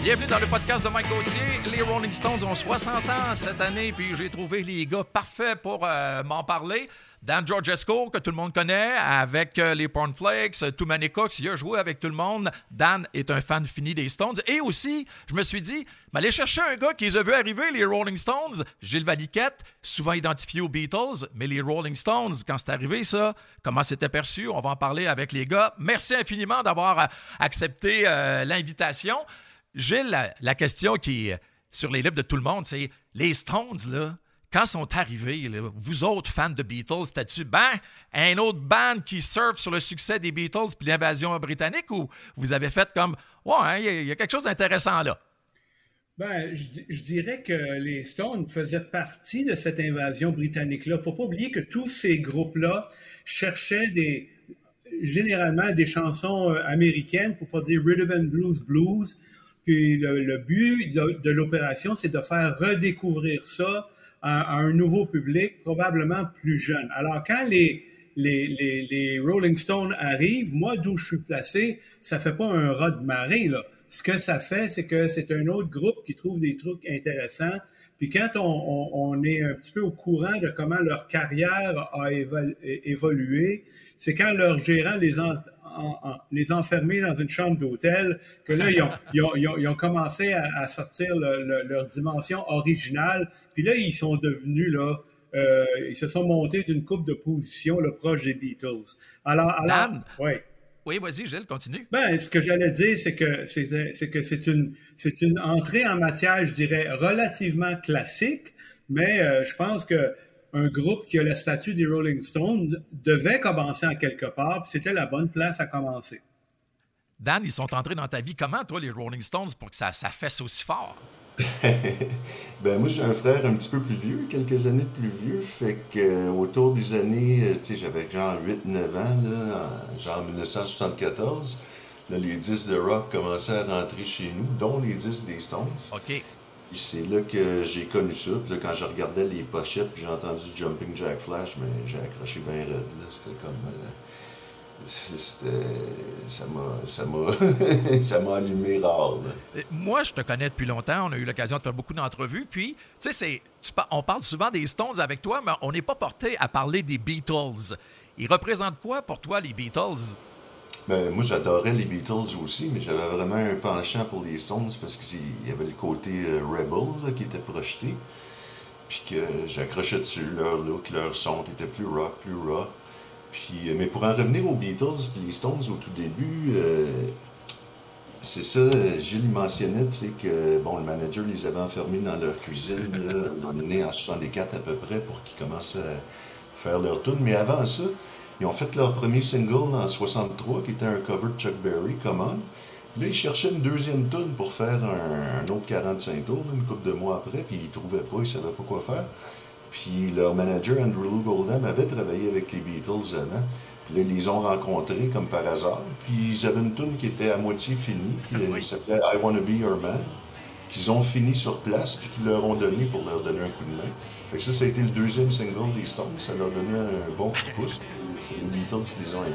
Bienvenue dans le podcast de Mike Gauthier. Les Rolling Stones ont 60 ans cette année, puis j'ai trouvé les gars parfaits pour m'en parler. Dan Georgescu, que tout le monde connaît, avec les Cornflakes, Too Many Cooks, il a joué avec tout le monde. Dan est un fan fini des Stones. Et aussi, je me suis dit, aller chercher un gars qui les a vu arriver, les Rolling Stones, Gilles Valiquette, souvent identifié aux Beatles, mais les Rolling Stones, quand c'est arrivé ça, comment c'était perçu, on va en parler avec les gars. Merci infiniment d'avoir accepté l'invitation. Gilles, la question qui est sur les lèvres de tout le monde, c'est les Stones, là, quand sont arrivés, là, vous autres fans de Beatles, c'était-tu un autre band qui surfe sur le succès des Beatles puis l'invasion britannique, ou vous avez fait comme ouais, il y a quelque chose d'intéressant là? Je dirais que les Stones faisaient partie de cette invasion britannique-là. Il ne faut pas oublier que tous ces groupes-là cherchaient généralement des chansons américaines, pour ne pas dire rhythm and blues. Puis le but de l'opération, c'est de faire redécouvrir ça à un nouveau public, probablement plus jeune. Alors, quand les Rolling Stones arrivent, moi, d'où je suis placé, ça fait pas un raz de marée, là. Ce que ça fait, c'est que c'est un autre groupe qui trouve des trucs intéressants. Puis quand on est un petit peu au courant de comment leur carrière a évolué, c'est quand leur gérant les enfermer dans une chambre d'hôtel, que là, ils ont commencé à sortir leur dimension originale. Puis là, ils sont devenus, ils se sont montés d'une coupe de position proche des Beatles. Alors, Dan? ouais. Oui, vas-y, Gilles, continue. Ce que j'allais dire, c'est que c'est une entrée en matière, je dirais, relativement classique, mais je pense que un groupe qui a le statut des Rolling Stones devait commencer en quelque part, puis c'était la bonne place à commencer. Dan, ils sont entrés dans ta vie comment, toi, les Rolling Stones, pour que ça fesse aussi fort? Moi, j'ai un frère un petit peu plus vieux, quelques années plus vieux, fait que autour des années, j'avais genre 8-9 ans, là, genre 1974, là, les disques de rock commençaient à rentrer chez nous, dont les disques des Stones. OK. Puis c'est là que j'ai connu ça. Puis là, quand je regardais les pochettes, puis j'ai entendu Jumping Jack Flash, mais j'ai accroché bien raide. Là. C'était comme... ça m'a allumé rare. Là. Moi, je te connais depuis longtemps. On a eu l'occasion de faire beaucoup d'entrevues. Puis, tu sais, on parle souvent des Stones avec toi, mais on n'est pas porté à parler des Beatles. Ils représentent quoi pour toi, les Beatles? Moi, j'adorais les Beatles aussi, mais j'avais vraiment un penchant pour les Stones parce qu'il y avait le côté Rebel là, qui était projeté. Puis que j'accrochais dessus. Leur look, leur son qui était plus rock, plus raw. Puis, mais pour en revenir aux Beatles et les Stones au tout début, c'est ça, Gilles mentionnait, tu sais, que le manager les avait enfermés dans leur cuisine, là, à un moment donné, en 64 à peu près, pour qu'ils commencent à faire leur tune. Mais avant ça, ils ont fait leur premier single en 63, qui était un cover de Chuck Berry, Come On. Là, ils cherchaient une deuxième tune pour faire un autre 45 tours, une couple de mois après, puis ils ne trouvaient pas, ils ne savaient pas quoi faire. Puis leur manager, Andrew Loog Oldham, avait travaillé avec les Beatles avant. Puis là, ils les ont rencontrés comme par hasard. Puis ils avaient une tune qui était à moitié finie, qui s'appelait I Wanna Be Your Man, qu'ils ont fini sur place, puis qu'ils leur ont donné pour leur donner un coup de main. Fait que ça a été le deuxième single des Stones. Ça leur donnait un bon coup de pouce. Les Beatles qu'ils ont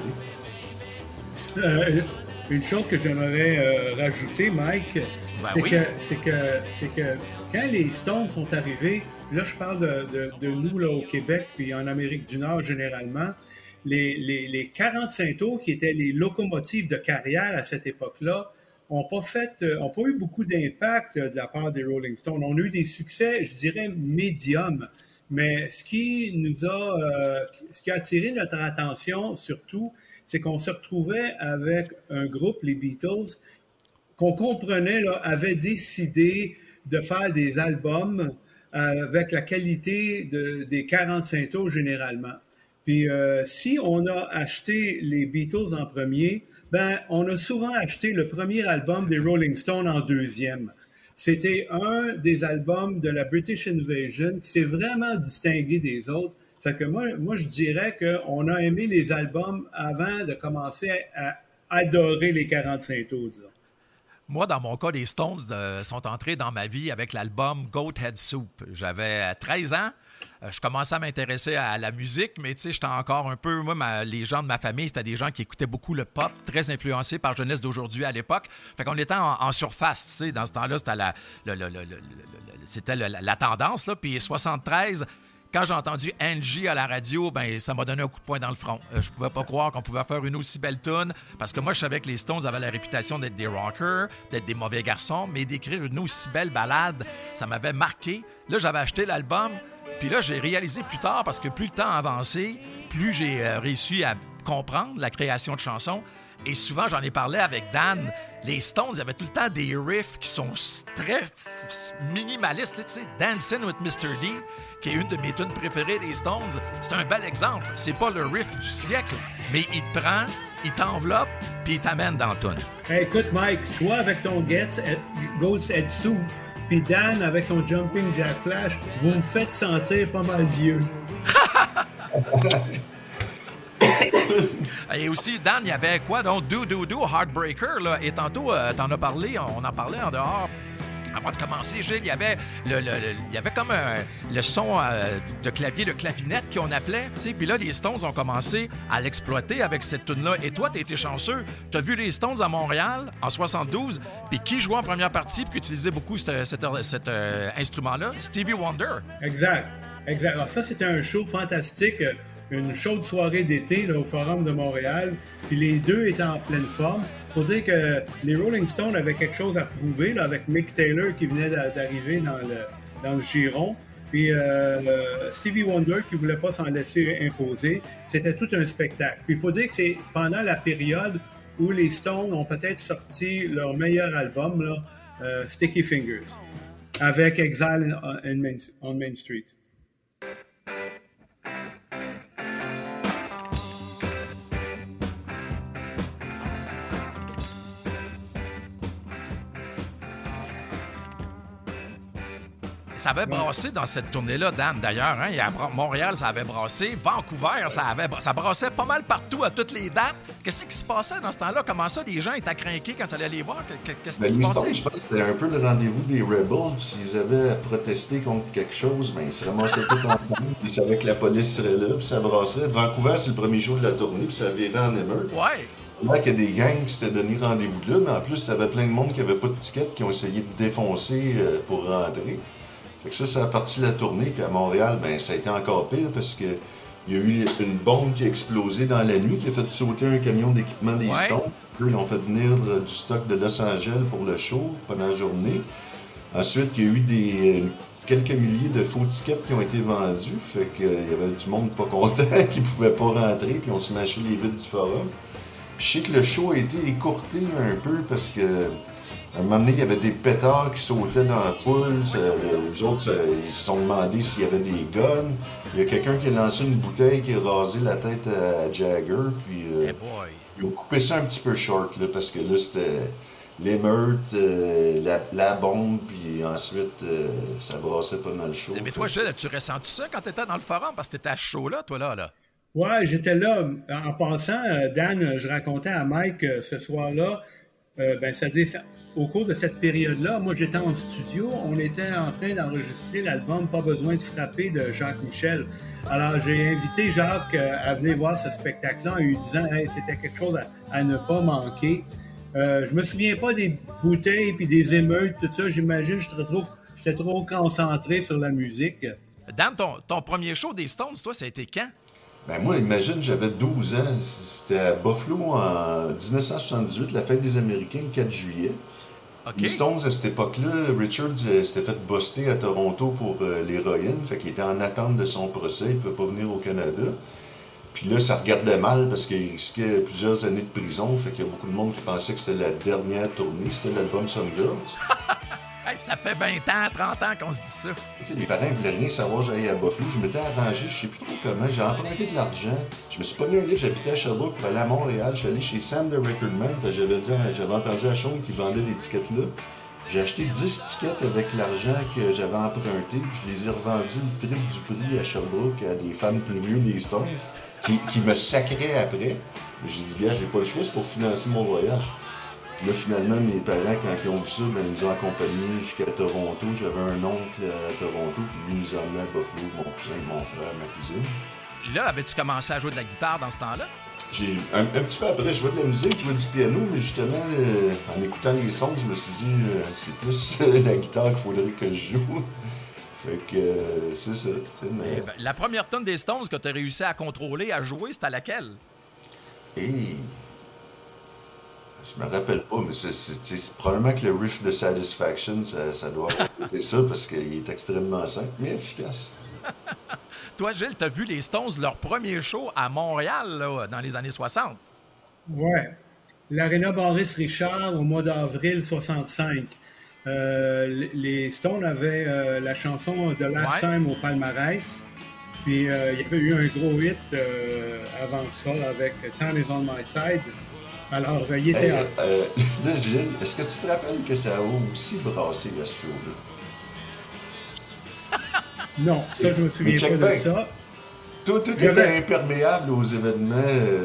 aidés. Une chose que j'aimerais rajouter, Mike, c'est que quand les Stones sont arrivés, là je parle de nous là, au Québec puis en Amérique du Nord généralement, les 45 tours qui étaient les locomotives de carrière à cette époque-là ont pas eu beaucoup d'impact de la part des Rolling Stones. On a eu des succès, je dirais, médiums. Mais ce qui a attiré notre attention surtout, c'est qu'on se retrouvait avec un groupe, les Beatles, qu'on comprenait là, avait décidé de faire des albums avec la qualité des 45 tours généralement. Puis si on a acheté les Beatles en premier, on a souvent acheté le premier album des Rolling Stones en deuxième. C'était un des albums de la British Invasion qui s'est vraiment distingué des autres. C'est que moi, je dirais qu'on a aimé les albums avant de commencer à adorer les 45 tours, disons. Moi, dans mon cas, les Stones sont entrés dans ma vie avec l'album Goat Head Soup. J'avais 13 ans. je commençais à m'intéresser à la musique, mais tu sais, j'étais encore un peu... Moi, les gens de ma famille, c'était des gens qui écoutaient beaucoup le pop, très influencés par Jeunesse d'aujourd'hui à l'époque. Fait qu'on était en surface, tu sais. Dans ce temps-là, c'était la tendance, là. Puis 73... Quand j'ai entendu Angie à la radio, ben ça m'a donné un coup de poing dans le front. Je pouvais pas croire qu'on pouvait faire une aussi belle tune, parce que moi, je savais que les Stones avaient la réputation d'être des rockers, d'être des mauvais garçons, mais d'écrire une aussi belle ballade, ça m'avait marqué. Là, j'avais acheté l'album, puis là, j'ai réalisé plus tard, parce que plus le temps avançait, plus j'ai réussi à comprendre la création de chansons. Et souvent, j'en ai parlé avec Dan, les Stones, ils avaient tout le temps des riffs qui sont très minimalistes. Tu sais, Dancing with Mr. D, qui est une de mes tunes préférées des Stones, c'est un bel exemple. C'est pas le riff du siècle, mais il te prend, il t'enveloppe, puis il t'amène dans la tune. Hey, écoute, Mike, toi avec ton Ghost Head Soup, puis Dan avec son Jumping Jack Flash, vous me faites sentir pas mal vieux. Et aussi, Dan, il y avait quoi donc? Do Heartbreaker, là. Et tantôt, t'en as parlé, on en parlait en dehors. Avant de commencer, Gilles, il y avait comme le son de clavier, de clavinette qu'on appelait, tu sais. Puis là, les Stones ont commencé à l'exploiter avec cette tune-là. Et toi, t'as été chanceux. T'as vu les Stones à Montréal en 72. Puis qui jouait en première partie puis qui utilisait beaucoup cet instrument-là? Stevie Wonder. Exact. Alors ça, c'était un show fantastique. Une chaude soirée d'été là, au Forum de Montréal, puis les deux étaient en pleine forme. Il faut dire que les Rolling Stones avaient quelque chose à prouver là, avec Mick Taylor qui venait d'arriver dans le giron, puis Stevie Wonder qui ne voulait pas s'en laisser imposer. C'était tout un spectacle. Puis il faut dire que c'est pendant la période où les Stones ont peut-être sorti leur meilleur album, là, Sticky Fingers, avec Exile on Main Street. Ça avait brassé dans cette tournée-là, Dan, d'ailleurs. Hein? À Montréal, ça avait brassé. Vancouver, ça brassait pas mal partout, à toutes les dates. Qu'est-ce qui se passait dans ce temps-là? Comment ça, les gens étaient craqués quand tu allais les voir? Qu'est-ce qui se passait? Je pense que c'était un peu le rendez-vous des Rebels. S'ils avaient à protester contre quelque chose, ben, ils se ramassaient tout ensemble. Ils savaient que la police serait là, puis ça brassait. Vancouver, c'est le premier jour de la tournée, puis ça virait en émeute. Ouais. Là, qu'il y a des gangs qui s'étaient donné rendez-vous là, mais en plus, il y avait plein de monde qui n'avait pas de ticket, qui ont essayé de défoncer pour rentrer. Fait que ça a parti de la tournée, puis à Montréal, ben ça a été encore pire parce que il y a eu une bombe qui a explosé dans la nuit, qui a fait sauter un camion d'équipement des Stones. Eux, ils ont fait venir du stock de Los Angeles pour le show pendant la journée. Ensuite, il y a eu quelques milliers de faux tickets qui ont été vendus, fait qu'il y avait du monde pas content qui pouvait pas rentrer, puis on s'est mâché les vitres du forum. Puis je sais que le show a été écourté un peu parce que à un moment donné, il y avait des pétards qui sautaient dans la foule. Les autres, ils se sont demandé s'il y avait des guns. Il y a quelqu'un qui a lancé une bouteille qui a rasé la tête à Jagger. Puis ils ont coupé ça un petit peu short, là, parce que là, c'était l'émeute, la bombe, puis ensuite, ça brassait pas mal chaud. Mais toi, Gilles, tu ressens-tu ça quand tu étais dans le forum? Parce que tu étais à chaud là, toi, là? Ouais, j'étais là. En passant, Dan, je racontais à Mike ce soir-là, c'est-à-dire, au cours de cette période-là, moi, j'étais en studio, on était en train d'enregistrer l'album « Pas besoin de frapper » de Jacques Michel. Alors, j'ai invité Jacques à venir voir ce spectacle-là en lui disant « Hey, c'était quelque chose à ne pas manquer ». Je me souviens pas des bouteilles puis des émeutes, tout ça. J'imagine j'étais trop concentré sur la musique. Dan, ton premier show des Stones, toi, ça a été quand? Ben moi, imagine, j'avais 12 ans. C'était à Buffalo en 1978, la fête des Américains, le 4 juillet. Okay. Les Stones, à cette époque-là, Richards s'était fait buster à Toronto pour l'héroïne. Fait qu'il était en attente de son procès. Il ne pouvait pas venir au Canada. Puis là, ça regardait mal parce qu'il risquait plusieurs années de prison. Fait qu'il y a beaucoup de monde qui pensait que c'était la dernière tournée. C'était l'album Some Girls. Hey, ça fait 20 ans, 30 ans qu'on se dit ça. Tu sais, les parents ne voulaient rien savoir, j'allais à Buffalo. Je m'étais arrangé, je sais plus trop comment. J'ai emprunté de l'argent. Je me suis pogné un livre, j'habitais à Sherbrooke pour aller à Montréal. Je suis allé chez Sam the Recordman. J'avais entendu à Chaume qui vendait des tickets là. J'ai acheté 10 tickets avec l'argent que j'avais emprunté. Je les ai revendus le triple du prix à Sherbrooke à des fans plus vieux des Stones qui me sacraient après. J'ai dit, gars, j'ai pas le choix, c'est pour financer mon voyage. Là, finalement, mes parents, quand ils ont vu ça, ben, ils nous ont accompagnés jusqu'à Toronto. J'avais un oncle à Toronto, puis lui nous emmenait à Buffalo, mon cousin, mon frère, ma cousine. Là, avais-tu commencé à jouer de la guitare dans ce temps-là? J'ai un petit peu après, je jouais de la musique, je jouais du piano, mais justement, en écoutant les sons, je me suis dit, c'est plus la guitare qu'il faudrait que je joue. Fait que c'est ça. Mais... Ben, la première tonne des Stones que tu as réussi à contrôler, à jouer, c'était laquelle? Et... Je me rappelle pas, mais c'est probablement que le riff de Satisfaction, ça doit être ça, parce qu'il est extrêmement simple, mais efficace. Toi, Gilles, t'as vu les Stones, leur premier show à Montréal, là, dans les années 60? Ouais. L'Arena Maurice-Richard au mois d'avril 65. Les Stones avaient la chanson The Last Time au palmarès. Puis il y avait eu un gros hit avant ça avec Time Is On My Side. Alors, il était... là, Gilles, est-ce que tu te rappelles que ça a aussi brassé le show-là? Non, ça, je me souviens pas de ça. Tout était imperméable aux événements.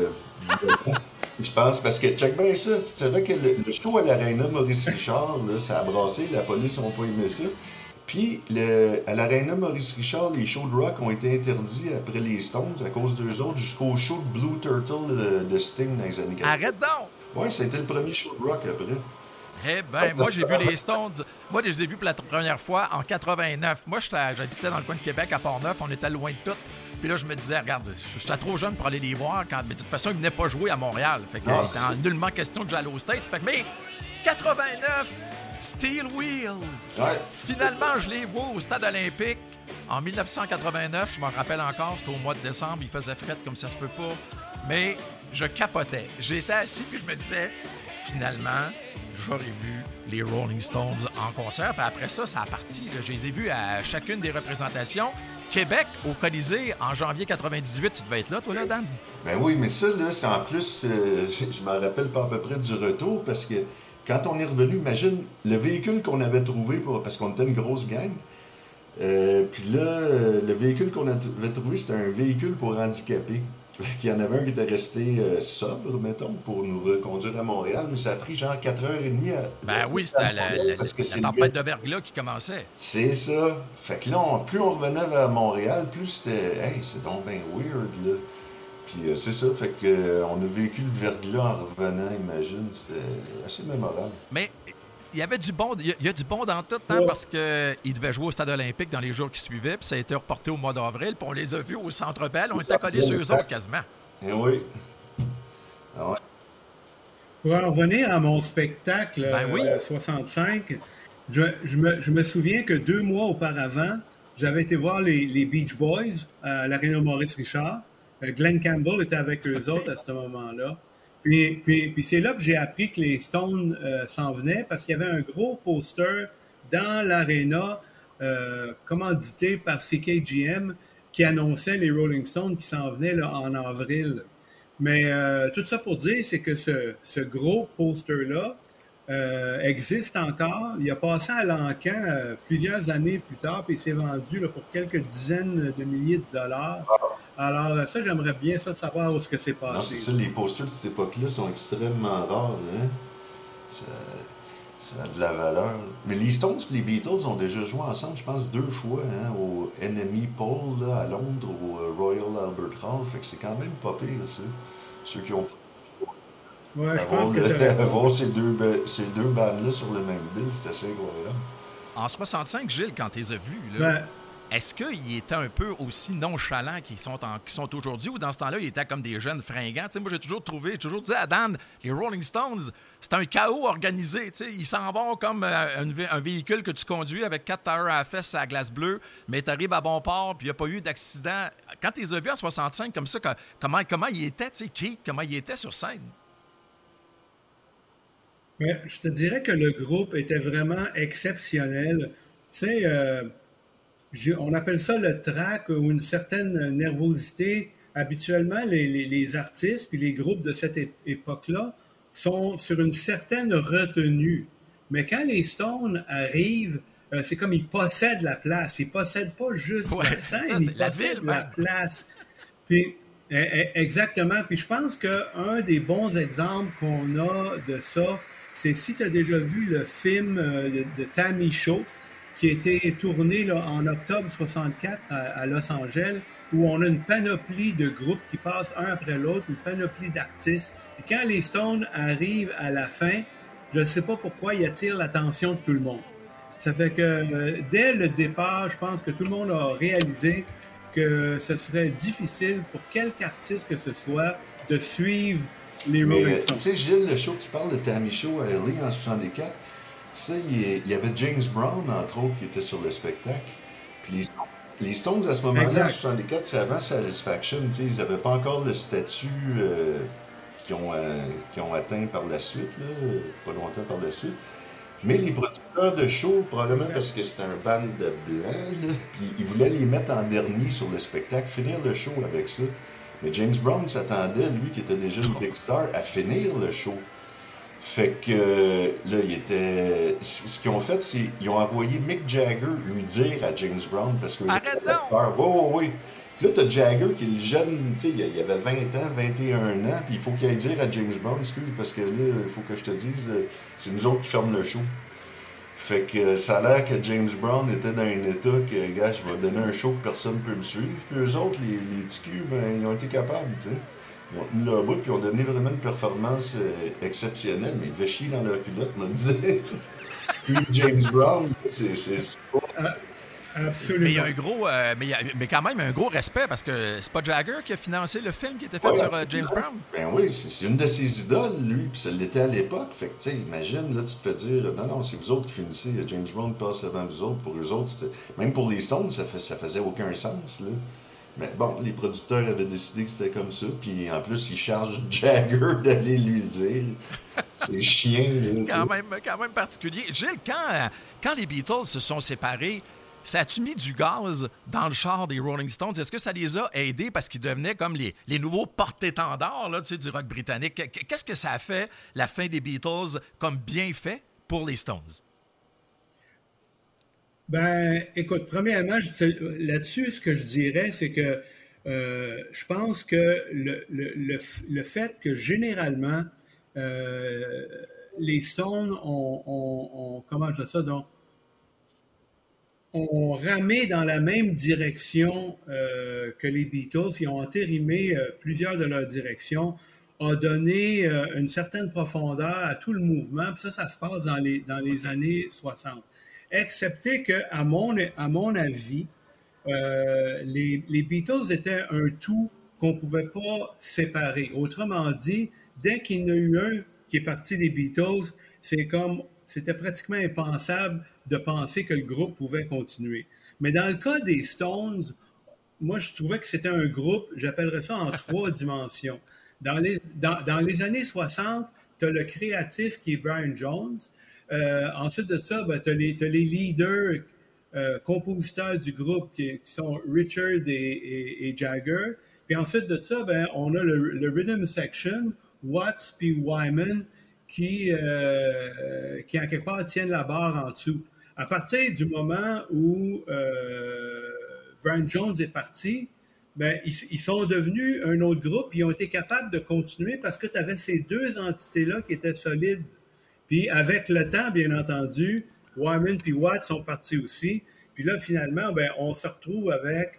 Je pense, parce que, check bien ça, tu savais que le show à l'Arena Maurice-Richard, là, ça a brassé, la police n'a pas aimé ça. Puis, à l'Arena Maurice-Richard, les shows de rock ont été interdits après les Stones à cause d'eux autres jusqu'au show de Blue Turtle de Sting dans les années 80. Arrête donc! Oui, c'était le premier show de rock après. Eh bien, moi, j'ai vu les Stones. Moi, je les ai vus pour la première fois en 89. Moi, j'habitais dans le coin de Québec, à Port-Neuf. On était loin de tout. Puis là, je me disais, regarde, j'étais trop jeune pour aller les voir. Mais de toute façon, ils venaient pas jouer à Montréal. Fait que c'était nullement question que j'allais aux States. Fait que, mais 89, Steel Wheel. Ouais. Finalement, je les vois au Stade olympique en 1989. Je m'en rappelle encore. C'était au mois de décembre. Il faisait fret comme ça se peut pas. Mais je capotais. J'étais assis puis je me disais, finalement, j'aurais vu les Rolling Stones en concert. Puis après ça, ça a parti. Là. Je les ai vus à chacune des représentations. Québec, au Colisée, en janvier 98. Tu devais être là, toi, là, Dan? Ben oui, mais ça, là, c'est en plus... je m'en rappelle pas à peu près du retour, parce que quand on est revenu, imagine, le véhicule qu'on avait trouvé, parce qu'on était une grosse gang, puis là, le véhicule qu'on avait trouvé, c'était un véhicule pour handicapés. Il y en avait un qui était resté sobre, mettons, pour nous reconduire à Montréal, mais ça a pris genre 4h30 à... Ben oui, c'était la tempête de verglas qui commençait. C'est ça. Fait que là, plus on revenait vers Montréal, plus c'était... Hey, c'est donc bien weird, là. Puis c'est ça, fait que on a vécu le verglas en revenant, imagine. C'était assez mémorable. Mais... il y avait du bon, il y a du bon dans tout, hein, parce qu'il devait jouer au Stade olympique dans les jours qui suivaient, puis ça a été reporté au mois d'avril, puis on les a vus au Centre Bell, on était collés sur eux autres quasiment. Eh oui. Ah ouais. Pour en revenir à mon spectacle 65, je me souviens que 2 mois auparavant, j'avais été voir les Beach Boys à l'Arena Maurice-Richard. Glenn Campbell était avec eux autres à ce moment-là. Puis c'est là que j'ai appris que les Stones s'en venaient parce qu'il y avait un gros poster dans l'aréna commandité par CKGM qui annonçait les Rolling Stones qui s'en venaient là, en avril. Mais tout ça pour dire, c'est que ce gros poster-là existe encore. Il a passé à l'encan plusieurs années plus tard, puis il s'est vendu là, pour quelques dizaines de milliers de dollars. Alors ça, j'aimerais bien ça de savoir où ce que c'est passé. Non, c'est ça, les posters de cette époque-là sont extrêmement rares. Hein? Ça a de la valeur. Mais les Stones et les Beatles ont déjà joué ensemble, je pense, 2 fois, hein, au NME Pole là, à Londres, au Royal Albert Hall. Fait que c'est quand même pas pire, ça. Ceux qui ont... Ouais, je pense que avoir ces deux bandes-là sur le même bill, c'est assez incroyable. En 65, Gilles, quand tu les as vus, là, est-ce qu'ils étaient un peu aussi nonchalants qu'ils sont aujourd'hui, ou dans ce temps-là, ils étaient comme des jeunes fringants? T'sais, moi, j'ai toujours dit à Dan, les Rolling Stones, c'est un chaos organisé. T'sais. Ils s'en vont comme un véhicule que tu conduis avec 4 tailleurs à la fesse à la glace bleue, mais tu arrives à bon port, puis il n'y a pas eu d'accident. Quand tu les as vus en 65 comme ça, comment ils étaient, Keith, comment ils étaient sur scène? Je te dirais que le groupe était vraiment exceptionnel. Tu sais, on appelle ça le trac ou une certaine nervosité. Habituellement, les artistes puis les groupes de cette époque-là sont sur une certaine retenue. Mais quand les Stones arrivent, c'est comme ils possèdent la place. Ils possèdent pas juste la scène, ils possèdent la place. Puis, exactement. Puis je pense qu'un des bons exemples qu'on a de ça, c'est si tu as déjà vu le film de Tammy Shaw, qui a été tourné là, en octobre 64 à Los Angeles, où on a une panoplie de groupes qui passent un après l'autre, une panoplie d'artistes. Et quand les Stones arrivent à la fin, je ne sais pas pourquoi ils attirent l'attention de tout le monde. Ça fait que dès le départ, je pense que tout le monde a réalisé que ce serait difficile pour quelque artiste que ce soit de suivre les Rolling Stones. Tu sais, Gilles, le show que tu parles de Tammy Shaw à LA en 64, ça, il y avait James Brown, entre autres, qui était sur le spectacle. Puis les Stones, à ce moment-là, en 64, c'est avant Satisfaction. Ils n'avaient pas encore le statut qu'ils ont atteint par la suite, là, pas longtemps par la suite. Mais les producteurs de show, probablement parce que c'était un band de blancs, puis ils voulaient les mettre en dernier sur le spectacle, finir le show avec ça. Mais James Brown s'attendait, lui, qui était déjà une big star, à finir le show. Fait que là, il était. Ce qu'ils ont fait, c'est qu'ils ont envoyé Mick Jagger lui dire à James Brown parce que. Arrête donc! Oui. Puis là, t'as Jagger qui est le jeune, tu sais, il avait 20 ans, 21 ans, puis il faut qu'il aille dire à James Brown, excuse, parce que là, il faut que je te dise, c'est nous autres qui ferment le show. Fait que ça a l'air que James Brown était dans un état que, gars, je vais donner un show que personne ne peut me suivre. Puis eux autres, les TQ, ben, ils ont été capables, tu sais. Ils ont tenu leur bout, puis ils ont donné vraiment une performance exceptionnelle, mais ils devaient chier dans leur culotte, me dire. Puis James Brown, c'est pas. Absolument. Mais il y a un gros, mais quand même un gros respect parce que c'est pas Jagger qui a financé le film qui était fait sur James Brown. Ben oui, c'est une de ses idoles, lui, puis ça l'était à l'époque. Fait que, tu sais, imagine, là, tu te fais dire, non, c'est vous autres qui finissez, James Brown passe avant vous autres. Pour eux autres, même pour les Stones, ça faisait aucun sens, là. Mais bon, les producteurs avaient décidé que c'était comme ça, puis en plus, ils chargent Jagger d'aller lui dire. C'est chiant, là. quand même particulier. Gilles, quand les Beatles se sont séparés, ça a-tu mis du gaz dans le char des Rolling Stones? Est-ce que ça les a aidés parce qu'ils devenaient comme les nouveaux porte-étendards là, du rock britannique? Qu'est-ce que ça a fait, la fin des Beatles, comme bienfait pour les Stones? Ben, écoute, premièrement, là-dessus, ce que je dirais, c'est que je pense que le fait que généralement, les Stones ont comment je dis ça, donc, ont ramé dans la même direction que les Beatles. Ils ont entérimé plusieurs de leurs directions, a donné une certaine profondeur à tout le mouvement. Puis ça se passe dans les années 60. Excepté que, à mon avis, les Beatles étaient un tout qu'on ne pouvait pas séparer. Autrement dit, dès qu'il y en a eu un qui est parti des Beatles, c'était pratiquement impensable de penser que le groupe pouvait continuer. Mais dans le cas des Stones, moi, je trouvais que c'était un groupe, j'appellerais ça en 3 dimensions. Dans les années 60, tu as le créatif qui est Brian Jones. Ensuite de ça, ben, tu as les leaders, compositeurs du groupe qui sont Richard et Jagger. Puis ensuite de ça, ben, on a le rhythm section, Watts puis Wyman, qui en quelque part tiennent la barre en dessous. À partir du moment où Brian Jones est parti, ben, ils sont devenus un autre groupe, ils ont été capables de continuer parce que tu avais ces 2 entités-là qui étaient solides. Puis avec le temps, bien entendu, Wyman et Watts sont partis aussi. Puis là, finalement, ben, on se retrouve avec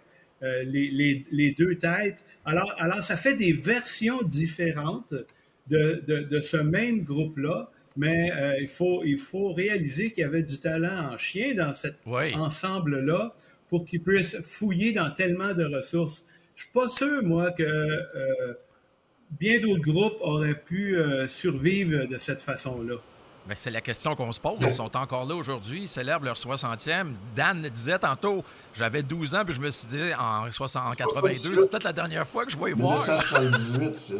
les 2 têtes. Alors, ça fait des versions différentes de ce même groupe-là, mais il faut réaliser qu'il y avait du talent en chien dans cet ensemble-là pour qu'ils puissent fouiller dans tellement de ressources. Je suis pas sûr, moi, que bien d'autres groupes auraient pu survivre de cette façon-là. Mais c'est la question qu'on se pose. Ils sont encore là aujourd'hui. Ils célèbrent leur 60e. Dan le disait tantôt, j'avais 12 ans, puis je me suis dit, en 82, c'est peut-être la dernière fois que je vais y voir. 1978,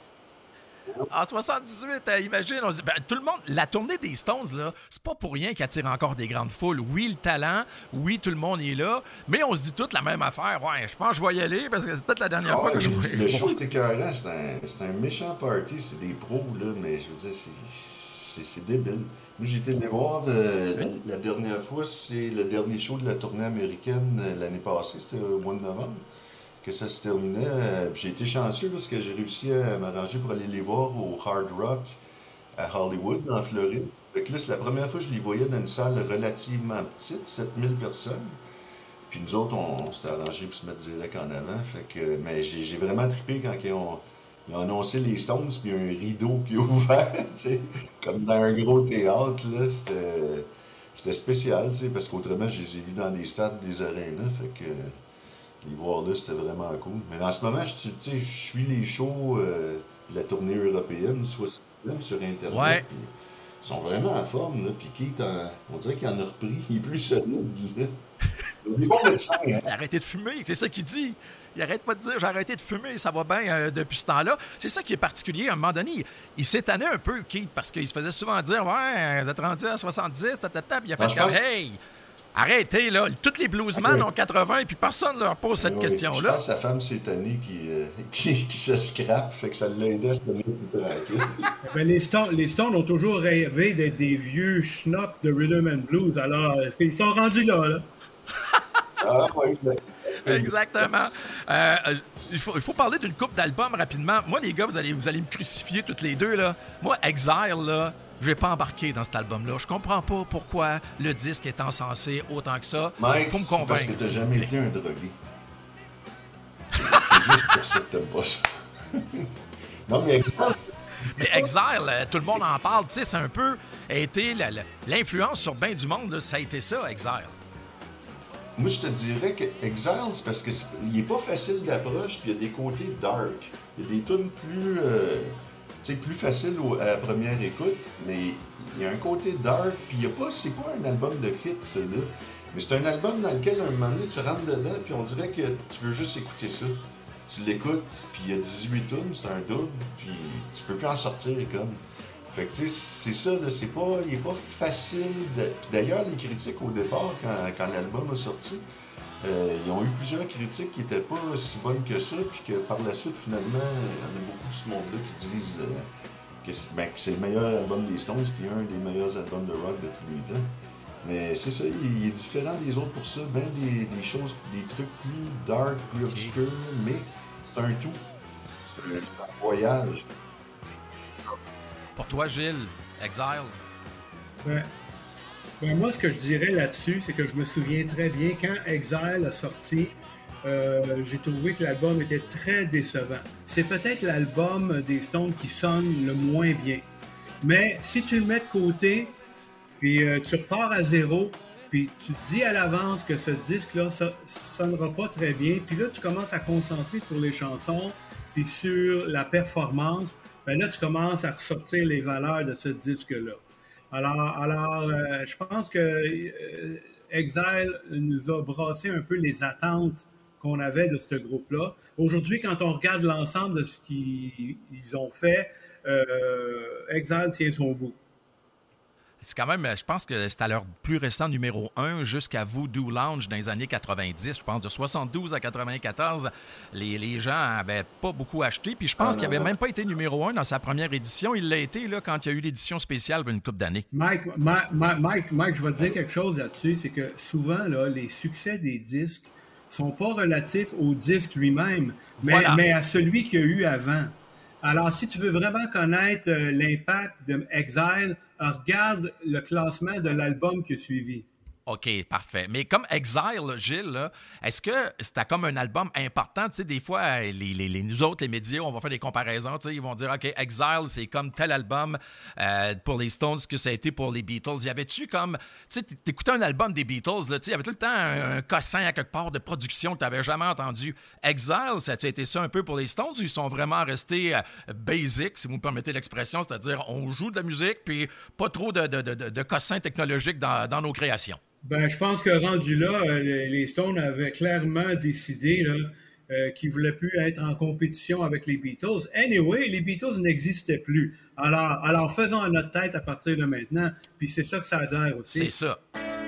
En 78, imagine, on se dit, ben, tout le monde, la tournée des Stones, là, c'est pas pour rien qu'ils attirent encore des grandes foules. Oui, le talent, oui, tout le monde est là, mais on se dit toute la même affaire. Ouais, je pense que je vais y aller parce que c'est peut-être la dernière fois que je vais y voir. Le show est écœurant, c'est un méchant party, c'est des pros, là, mais je veux dire, c'est débile. Moi, j'ai été les voir la dernière fois, c'est le dernier show de la tournée américaine l'année passée, c'était au mois de novembre, que ça se terminait. J'ai été chanceux parce que j'ai réussi à m'arranger pour aller les voir au Hard Rock à Hollywood, en Floride. Fait que là, c'est la première fois que je les voyais dans une salle relativement petite, 7000 personnes. Puis nous autres, on s'était arrangé pour se mettre direct en avant. Fait que, mais j'ai vraiment trippé quand ils ont annoncé les Stones, puis il y a un rideau qui est ouvert, tu sais, comme dans un gros théâtre, là. C'était spécial, tu sais, parce qu'autrement, je les ai vus dans des stades, des arénas. Fait que les voir là, c'était vraiment cool. Mais en ce moment, tu sais, je suis les shows de la tournée européenne, soit sur Internet. Ouais. Ils sont vraiment en forme, là. Puis Keith, on dirait qu'il en a repris. Il est plus solide, là. Il est bon médecin, hein? Il a arrêté de fumer, c'est ça qu'il dit. Il arrête pas de dire « j'ai arrêté de fumer, ça va bien depuis ce temps-là ». C'est ça qui est particulier. À un moment donné, il s'étonnait un peu, Keith, parce qu'il se faisait souvent dire « ouais, vous êtes rendu à 70, puis il a fait comme « hey, arrêtez, là, tous les bluesmen ont 80 et puis personne ne leur pose cette question-là ». Je pense que sa femme s'est tannée qui se scrape, fait que ça l'a aidé à se tenir plus tranquille. Ben, les Stones ont toujours rêvé d'être des vieux schnocks de rhythm and blues, alors ils sont rendus là. Ah oui, exactement. Il faut parler d'une couple d'albums rapidement. Moi, les gars, vous allez me crucifier toutes les deux, là. Moi, Exile, là, je n'ai pas embarqué dans cet album-là. Je comprends pas pourquoi le disque est encensé autant que ça. Mike, faut me convaincre. Parce que t'as jamais été un drogué. C'est juste pour ça que t'aimes pas ça. Non, mais Exile... Mais Exile, tout le monde en parle. Tu sais, c'est un peu été l'influence sur bien du monde, là, ça a été ça, Exile. Moi, je te dirais que Exile, c'est parce qu'il n'est pas facile d'approche, puis il y a des côtés dark. Il y a des tunes plus faciles à la première écoute, mais il y a un côté dark, puis c'est pas un album de hit, celui-là. Mais c'est un album dans lequel, à un moment donné, tu rentres dedans, puis on dirait que tu veux juste écouter ça. Tu l'écoutes, puis il y a 18 tunes, c'est un double, puis tu peux plus en sortir comme. Fait que, tu sais, c'est ça, là, il est pas facile. D'ailleurs, les critiques au départ, quand l'album a sorti, ils ont eu plusieurs critiques qui n'étaient pas si bonnes que ça, puis que par la suite, finalement, il y en a beaucoup de ce monde-là qui disent que c'est le meilleur album des Stones, puis un des meilleurs albums de rock de tous les temps. Mais c'est ça, il est différent des autres pour ça, ben des choses, des trucs plus dark, plus obscurs, mais c'est un tout. C'est un voyage. Pour toi, Gilles, Exile? Ben, moi, ce que je dirais là-dessus, c'est que je me souviens très bien, quand Exile a sorti, j'ai trouvé que l'album était très décevant. C'est peut-être l'album des Stones qui sonne le moins bien. Mais si tu le mets de côté, puis tu repars à zéro, puis tu te dis à l'avance que ce disque-là sonnera pas très bien, puis là, tu commences à concentrer sur les chansons, puis sur la performance, ben là, tu commences à ressortir les valeurs de ce disque-là. Alors, je pense que Exile nous a brassé un peu les attentes qu'on avait de ce groupe-là. Aujourd'hui, quand on regarde l'ensemble de ce qu'ils ont fait, Exile tient son bout. C'est quand même, je pense que c'est à leur plus récent numéro 1 jusqu'à Voodoo Lounge dans les années 90. Je pense de 72 à 94, les gens n'avaient pas beaucoup acheté. Puis je pense qu'il n'avait même pas été numéro 1 dans sa première édition. Il l'a été là, quand il y a eu l'édition spéciale d'une couple d'années. Mike, je vais te dire quelque chose là-dessus. C'est que souvent, là, les succès des disques sont pas relatifs au disque lui-même, mais à celui qu'il y a eu avant. Alors, si tu veux vraiment connaître l'impact de Exile, regarde le classement de l'album qui a suivi. OK, parfait. Mais comme Exile, Gilles, là, est-ce que c'était comme un album important? Tu sais, des fois, nous autres, les médias, on va faire des comparaisons. Tu sais, ils vont dire, OK, Exile, c'est comme tel album pour les Stones que ça a été pour les Beatles. Y avait-tu comme... Tu sais, t'écoutais un album des Beatles, là, tu sais, il y avait tout le temps un cossin à quelque part de production que t'avais jamais entendu. Exile, ça a-tu été ça un peu pour les Stones ou ils sont vraiment restés basic, si vous me permettez l'expression, c'est-à-dire on joue de la musique puis pas trop de cossins technologiques dans nos créations? Ben, je pense que rendu là, les Stones avaient clairement décidé qu'ils ne voulaient plus être en compétition avec les Beatles. Anyway, les Beatles n'existaient plus. Alors faisons à notre tête à partir de maintenant. Puis c'est ça que ça a l'air aussi. C'est ça.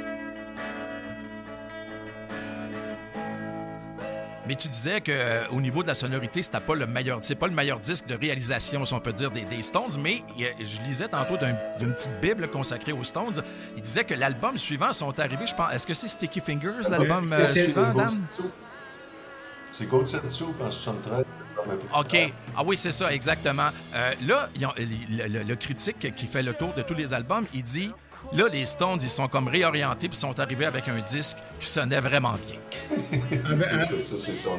Mais tu disais qu'au niveau de la sonorité, c'est pas le meilleur disque de réalisation, si on peut dire, des Stones, mais je lisais tantôt d'une petite bible consacrée aux Stones. Il disait que l'album suivant sont arrivés, je pense, est-ce que c'est Sticky Fingers, l'album suivant, Dan? C'est Goat Setsu en 73, un peu. OK. Ah oui, c'est ça, exactement. Là, le critique qui fait le tour de tous les albums, il dit, là, les Stones, ils sont comme réorientés puis sont arrivés avec un disque qui sonnait vraiment bien. Ça, c'est son...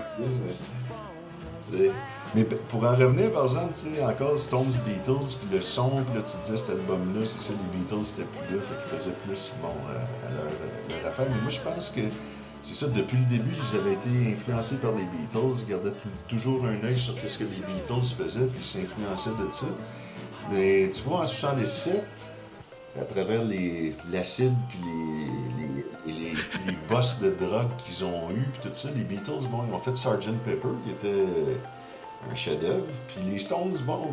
Mais pour en revenir, par exemple, tu sais, encore Stones, Beatles, puis le son, puis là, tu disais, cet album-là, c'est ça, les Beatles, c'était plus là, fait qu'ils faisaient plus, bon, à leur affaire. Mais moi, je pense que c'est ça, depuis le début, ils avaient été influencés par les Beatles, ils gardaient toujours un œil sur ce que les Beatles faisaient, puis ils s'influençaient de ça. Mais tu vois, en 77, à travers l'acide puis les bosses de drogue qu'ils ont eu puis tout ça, les Beatles, bon, ils ont fait Sgt. Pepper, qui était un chef-d'œuvre. Puis les Stones, bon,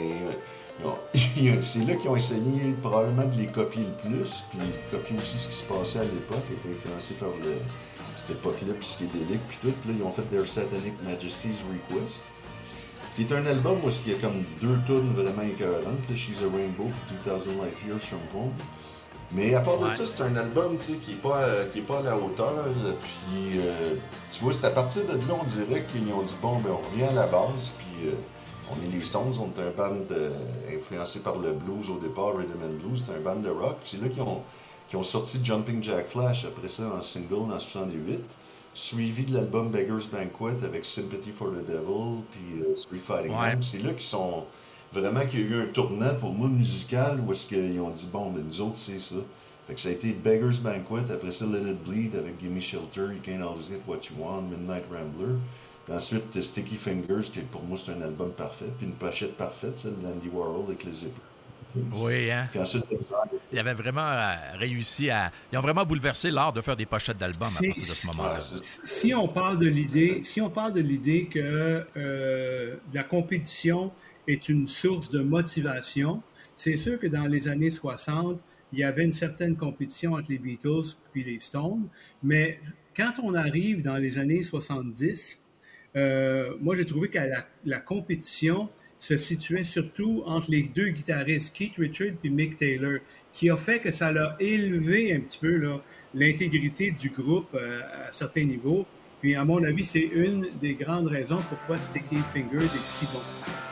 c'est là qu'ils ont essayé probablement de les copier le plus, puis copier aussi ce qui se passait à l'époque, qui était influencé par cette époque-là, puis psychédélique, puis tout. Puis là, ils ont fait Their Satanic Majesty's Request, qui est un album où il y a comme 2 tunes vraiment écœurantes, She's a Rainbow et 2000 Light Years from Home. Mais à part de ça, c'est un album qui est pas à la hauteur. Puis tu vois, c'est à partir de là, on dirait qu'ils ont dit bon, ben on revient à la base, puis on est les Stones, on est un band influencé par le blues au départ, Rhythm and Blues, c'est un band de rock. Puis c'est là qu'ils ont sorti Jumping Jack Flash après ça en single en 68. Suivi de l'album Beggar's Banquet avec Sympathy for the Devil puis Street Fighting Man. C'est là qu'il y a eu un tournant pour moi musical où est-ce qu'ils ont dit bon, ben, nous autres c'est ça. Fait que ça a été Beggar's Banquet, après ça Let It Bleed avec Gimme Shelter, You Can't Always Get What You Want, Midnight Rambler. Puis ensuite Sticky Fingers, qui pour moi c'est un album parfait, puis une pochette parfaite, celle d'Andy Warhol avec les Zippers. Oui, hein? Puis ensuite, ils avaient vraiment réussi à... Ils ont vraiment bouleversé l'art de faire des pochettes d'albums à partir de ce moment-là. Si on parle de l'idée que la compétition est une source de motivation, c'est sûr que dans les années 60, il y avait une certaine compétition entre les Beatles et les Stones, mais quand on arrive dans les années 70, moi j'ai trouvé que la compétition se situait surtout entre les 2 guitaristes, Keith Richards et Mick Taylor, qui a fait que ça l'a élevé un petit peu l'intégrité du groupe à certains niveaux. Puis, à mon avis, c'est une des grandes raisons pourquoi Sticky Fingers est si bon.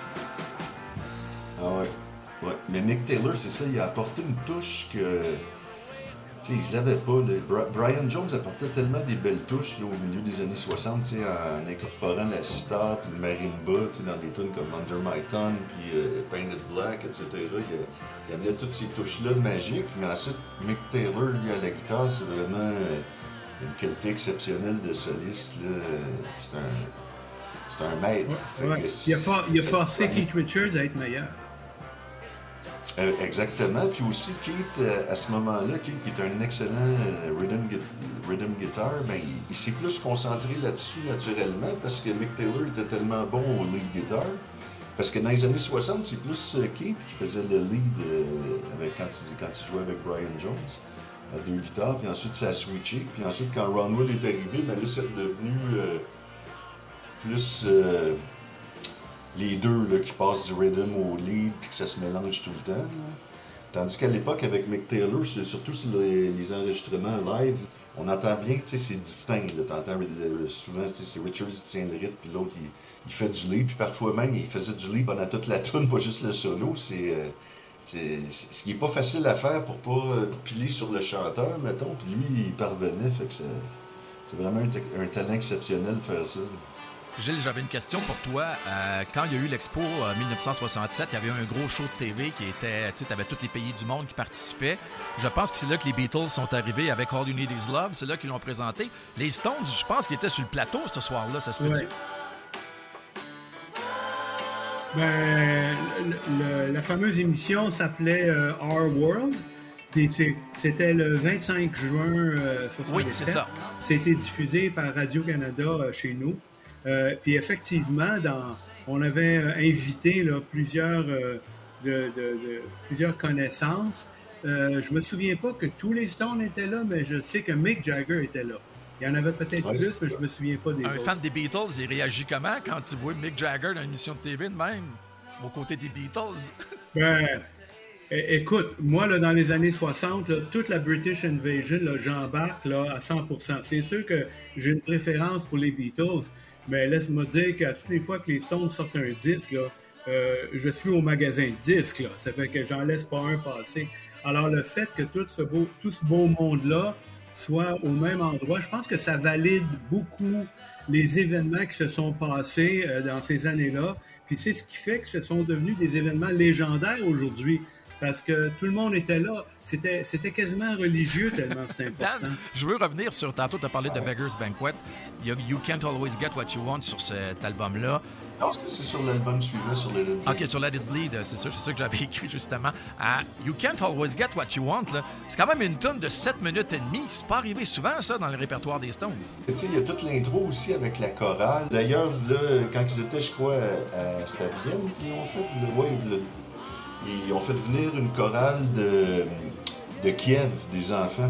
Ah ouais. Mais Mick Taylor, c'est ça, il a apporté une touche que... ils n'avaient pas. Brian Jones apportait tellement des belles touches là, au milieu des années 60, en incorporant la sitar et le marimba dans des tunes comme Under My Tongue, puis Painted Black, etc. Il amenait toutes ces touches-là magiques. Mais ensuite, Mick Taylor, lui, à la guitare, c'est vraiment une qualité exceptionnelle de soliste. Là. C'est un maître. Ouais. Il a forcé Keith Richards à être meilleur. Exactement. Puis aussi, Keith, à ce moment-là, Keith, qui est un excellent rhythm guitar, ben, il s'est plus concentré là-dessus naturellement parce que Mick Taylor était tellement bon au lead guitar. Parce que dans les années 60, c'est plus Keith qui faisait le lead quand il jouait avec Brian Jones, à 2 guitares. Puis ensuite, ça a switché. Puis ensuite, quand Ron Wood est arrivé, ben là, c'est devenu plus... les 2 là, qui passent du rhythm au lead puis que ça se mélange tout le temps. Là. Tandis qu'à l'époque, avec Mick Taylor, c'est surtout sur les enregistrements live, on entend bien que c'est distinct. T'entends souvent, c'est Richards qui tient le rythme, puis l'autre, il fait du lead, puis parfois même, il faisait du lead pendant toute la tune, pas juste le solo. Ce qui est pas facile à faire pour pas piler sur le chanteur, mettons, puis lui, il parvenait. Fait que c'est vraiment un talent exceptionnel de faire ça. Gilles, j'avais une question pour toi. Quand il y a eu l'Expo 1967, il y avait un gros show de TV qui était... Tu sais, tu avais tous les pays du monde qui participaient. Je pense que c'est là que les Beatles sont arrivés avec All You Need Is Love. C'est là qu'ils l'ont présenté. Les Stones, je pense qu'ils étaient sur le plateau ce soir-là. Ça se peut-tu? Ben, la fameuse émission s'appelait Our World. C'était le 25 juin 67. Oui, c'est ça. C'était diffusé par Radio-Canada chez nous. Puis effectivement, on avait invité plusieurs connaissances. Je me souviens pas que tous les Stones étaient là, mais je sais que Mick Jagger était là. Il y en avait peut-être plus, mais je me souviens pas des autres. Un fan des Beatles, il réagit comment quand il voit Mick Jagger dans une émission de TV de même, aux côtés des Beatles? Ben, écoute, moi, là, dans les années 60, là, toute la British Invasion, là, j'embarque là, à 100%. C'est sûr que j'ai une préférence pour les Beatles, mais laisse-moi dire qu'à toutes les fois que les Stones sortent un disque, là, je suis au magasin de disques, là. Ça fait que j'en laisse pas un passer. Alors, le fait que tout ce beau monde-là soit au même endroit, je pense que ça valide beaucoup les événements qui se sont passés dans ces années-là. Puis c'est ce qui fait que ce sont devenus des événements légendaires aujourd'hui. Parce que tout le monde était là. C'était quasiment religieux tellement c'était important. Dan, je veux revenir sur... Tantôt, tu as parlé de Beggar's Banquet. Il y a You Can't Always Get What You Want sur cet album-là. Non, c'est sur l'album suivant, sur Let It Bleed. OK, sur Let It Bleed, c'est ça que j'avais écrit justement. You Can't Always Get What You Want, là, c'est quand même une tonne de 7 minutes et demie. C'est pas arrivé souvent, ça, dans le répertoire des Stones. Tu sais, il y a toute l'intro aussi avec la chorale. D'ailleurs, là, quand ils étaient, je crois, c'était à Vienne qu'ils ont fait, ils ont fait venir une chorale de Kiev, des enfants,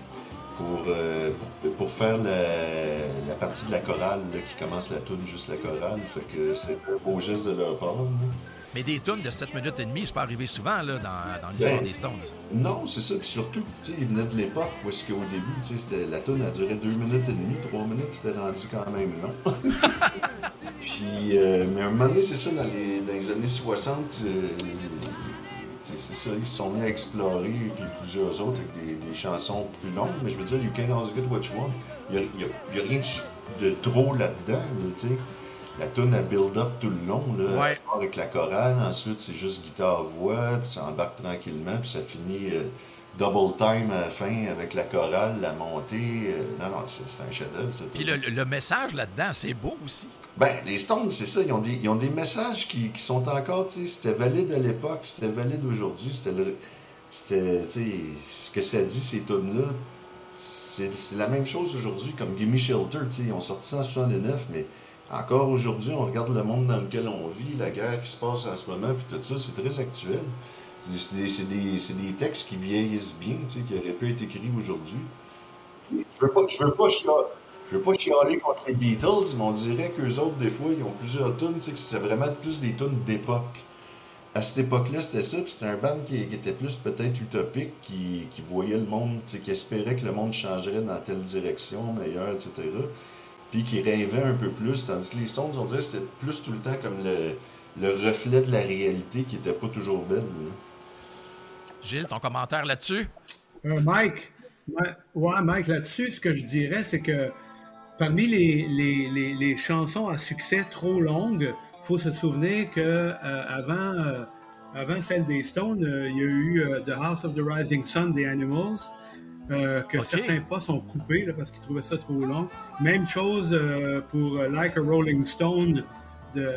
pour faire la partie de la chorale là, qui commence la toune, juste la chorale. Fait que c'est un beau geste de leur part. Là. Mais des tunes de 7 minutes et demie, c'est pas arrivé souvent là, dans l'histoire des Stones. Non, c'est ça. Puis surtout, ils venaient de l'époque où est-ce qu'au début, la toune a duré 2 minutes et demie, 3 minutes, c'était rendu quand même long. Puis, mais à un moment donné, c'est ça, dans les années 60, c'est ça, ils se sont mis à explorer, puis plusieurs autres avec des chansons plus longues. Mais je veux dire, You Can't Always Get What You Want, il n'y a rien de trop là-dedans, tu sais. La tune a build-up tout le long, là, ouais. Avec la chorale. Ensuite, c'est juste guitare-voix, puis ça embarque tranquillement, puis ça finit double time à la fin avec la chorale, la montée. Non, c'est un chef-d'œuvre. Puis le message là-dedans, c'est beau aussi. Ben, les Stones, c'est ça. Ils ont des messages qui sont encore, tu sais, c'était valide à l'époque, c'était valide aujourd'hui. C'était, tu sais, ce que ça dit, ces tunes-là, c'est la même chose aujourd'hui, comme Gimme Shelter, tu sais, ils ont sorti ça en 79, mais encore aujourd'hui, on regarde le monde dans lequel on vit, la guerre qui se passe en ce moment, puis tout ça, c'est très actuel. C'est des textes qui vieillissent bien, tu sais, qui auraient pu être écrits aujourd'hui. Je veux pas chialer contre les Beatles, mais on dirait qu'eux autres, des fois, ils ont plusieurs tunes, tu sais, c'est vraiment plus des tunes d'époque. À cette époque-là, c'était ça, puis c'était un band qui était plus peut-être utopique, qui voyait le monde, tu sais, qui espérait que le monde changerait dans telle direction, meilleure, etc. Puis qui rêvait un peu plus, tandis que les Stones, on dirait que c'était plus tout le temps comme le reflet de la réalité qui était pas toujours belle. Là. Gilles, ton commentaire là-dessus? Mike, Mike, là-dessus, ce que je dirais, c'est que parmi les chansons à succès trop longues, il faut se souvenir que avant celle des Stones, il y a eu The House of the Rising Sun des Animals, que certains pas sont coupés là, parce qu'ils trouvaient ça trop long. Même chose pour Like a Rolling Stone de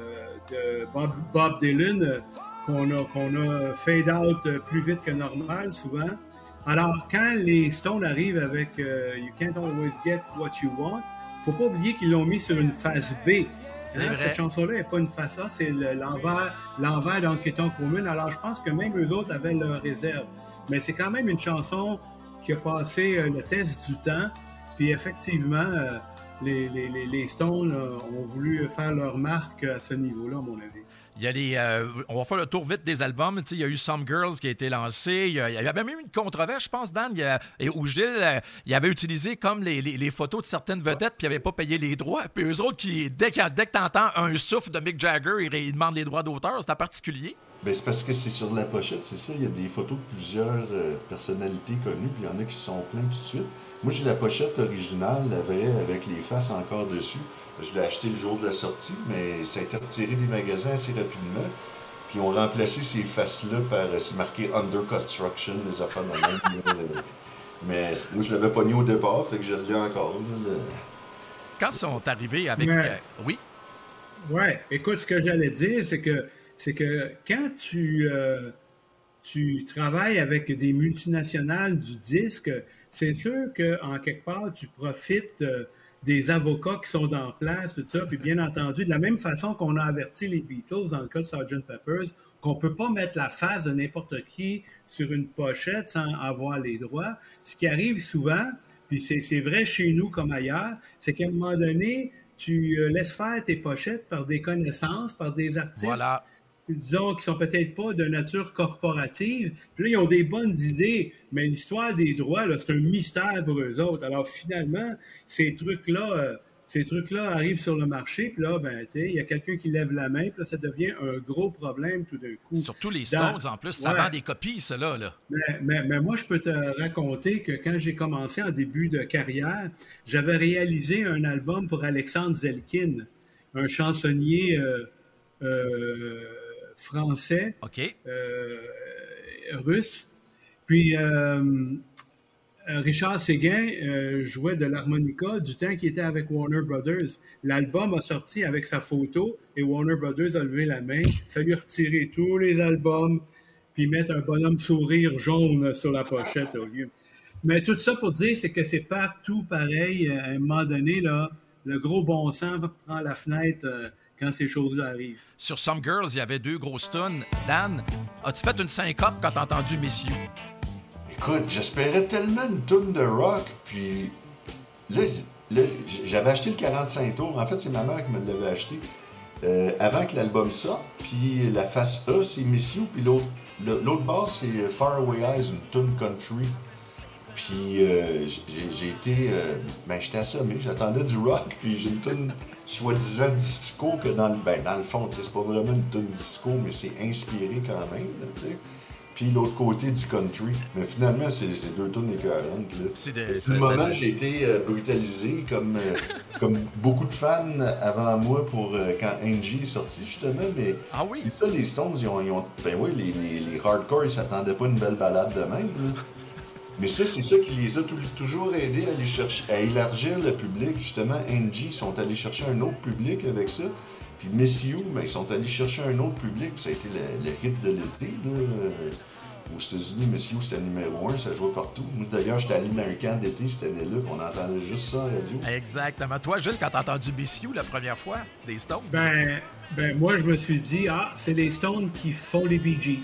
Bob Dylan, qu'on a fade out plus vite que normal souvent. Alors, quand les Stones arrivent avec You Can't Always Get What You Want, faut pas oublier qu'ils l'ont mis sur une phase B. Cette chanson-là n'est pas une face A, c'est l'envers d'Honky Tonk Woman. Alors, je pense que même eux autres avaient leur réserve. Mais c'est quand même une chanson qui a passé le test du temps. Puis effectivement, les Stones ont voulu faire leur marque à ce niveau-là, à mon avis. Il y a on va faire le tour vite des albums. Il y a eu Some Girls qui a été lancé. Il y avait même eu une controverse, je pense, Dan, où Gilles il avait utilisé comme les photos de certaines vedettes puis il n'avait pas payé les droits. Puis eux autres, dès que tu entends un souffle de Mick Jagger, ils demandent les droits d'auteur. C'est en particulier. Ben, c'est parce que c'est sur la pochette, c'est ça. Il y a des photos de plusieurs personnalités connues, puis il y en a qui sont pleins tout de suite. Moi, j'ai la pochette originale, la vraie, avec les faces encore dessus. Je l'ai acheté le jour de la sortie, mais ça a été retiré des magasins assez rapidement. Puis ils ont remplacé ces faces-là par, c'est marqué Under Construction, les affaires de même. Mais moi, je l'avais pogné au départ, fait que je l'ai encore. Quand ils sont arrivés avec... oui? Ouais, écoute, ce que j'allais dire, c'est que quand tu travailles avec des multinationales du disque, c'est sûr qu'en quelque part, tu profites des avocats qui sont en place, tout ça, puis bien entendu, de la même façon qu'on a averti les Beatles dans le cas de Sgt. Pepper's, qu'on ne peut pas mettre la face de n'importe qui sur une pochette sans avoir les droits. Ce qui arrive souvent, puis c'est vrai chez nous comme ailleurs, c'est qu'à un moment donné, tu laisses faire tes pochettes par des connaissances, par des artistes, voilà. Disons, qui sont peut-être pas de nature corporative. Puis là, ils ont des bonnes idées, mais l'histoire des droits, là, c'est un mystère pour eux autres. Alors finalement, ces trucs-là, ces trucs-là arrivent sur le marché, puis là, ben, tu sais, il y a quelqu'un qui lève la main, puis là, ça devient un gros problème tout d'un coup. Surtout les Stones, en plus, ça vend des copies, cela, là. Mais moi, je peux te raconter que quand j'ai commencé en début de carrière, j'avais réalisé un album pour Alexandre Zelkin, un chansonnier français, russe. Puis Richard Séguin jouait de l'harmonica du temps qu'il était avec Warner Brothers. L'album a sorti avec sa photo et Warner Brothers a levé la main. Il a fallu retirer tous les albums puis mettre un bonhomme sourire jaune sur la pochette au lieu. Mais tout ça pour dire, c'est que c'est partout pareil. À un moment donné, là, le gros bon sens prend la fenêtre quand ces choses-là arrivent. Sur Some Girls, il y avait 2 grosses tunes. Dan, as-tu fait une syncope quand t'as entendu Miss You? Écoute, j'espérais tellement une toune de rock, puis là, j'avais acheté le 45 tours. En fait, c'est ma mère qui me l'avait acheté avant que l'album sorte. Puis la face A, c'est Miss You, puis l'autre base, c'est Far Away Eyes, une toune country. Puis j'ai été... j'étais assommé, j'attendais du rock, puis j'ai une toune soi-disant disco que dans le fond, c'est pas vraiment une toune disco, mais c'est inspiré quand même, tu sais. Puis l'autre côté du country. Mais finalement, c'est 2 tonnes écœurantes. Au moment, j'ai été brutalisé comme beaucoup de fans avant moi pour quand Angie est sorti, justement. Mais c'est ça, les Stones, ils ont les hardcore, ils s'attendaient pas à une belle balade de même. Là. Mais ça, c'est ça qui les a toujours aidés à aller chercher, à élargir le public. Justement, Angie, ils sont allés chercher un autre public avec ça. Puis Miss You, ils sont allés chercher un autre public, puis ça a été le hit de l'été. Aux États-Unis, Miss You, c'était numéro 1, ça jouait partout. Moi, d'ailleurs, j'étais allé dans un camp d'été cette année-là, puis on entendait juste ça à la radio. Exactement. Toi, Gilles, quand t'as entendu Miss You la première fois, des Stones? Moi, je me suis dit, c'est les Stones qui font les Bee Gees.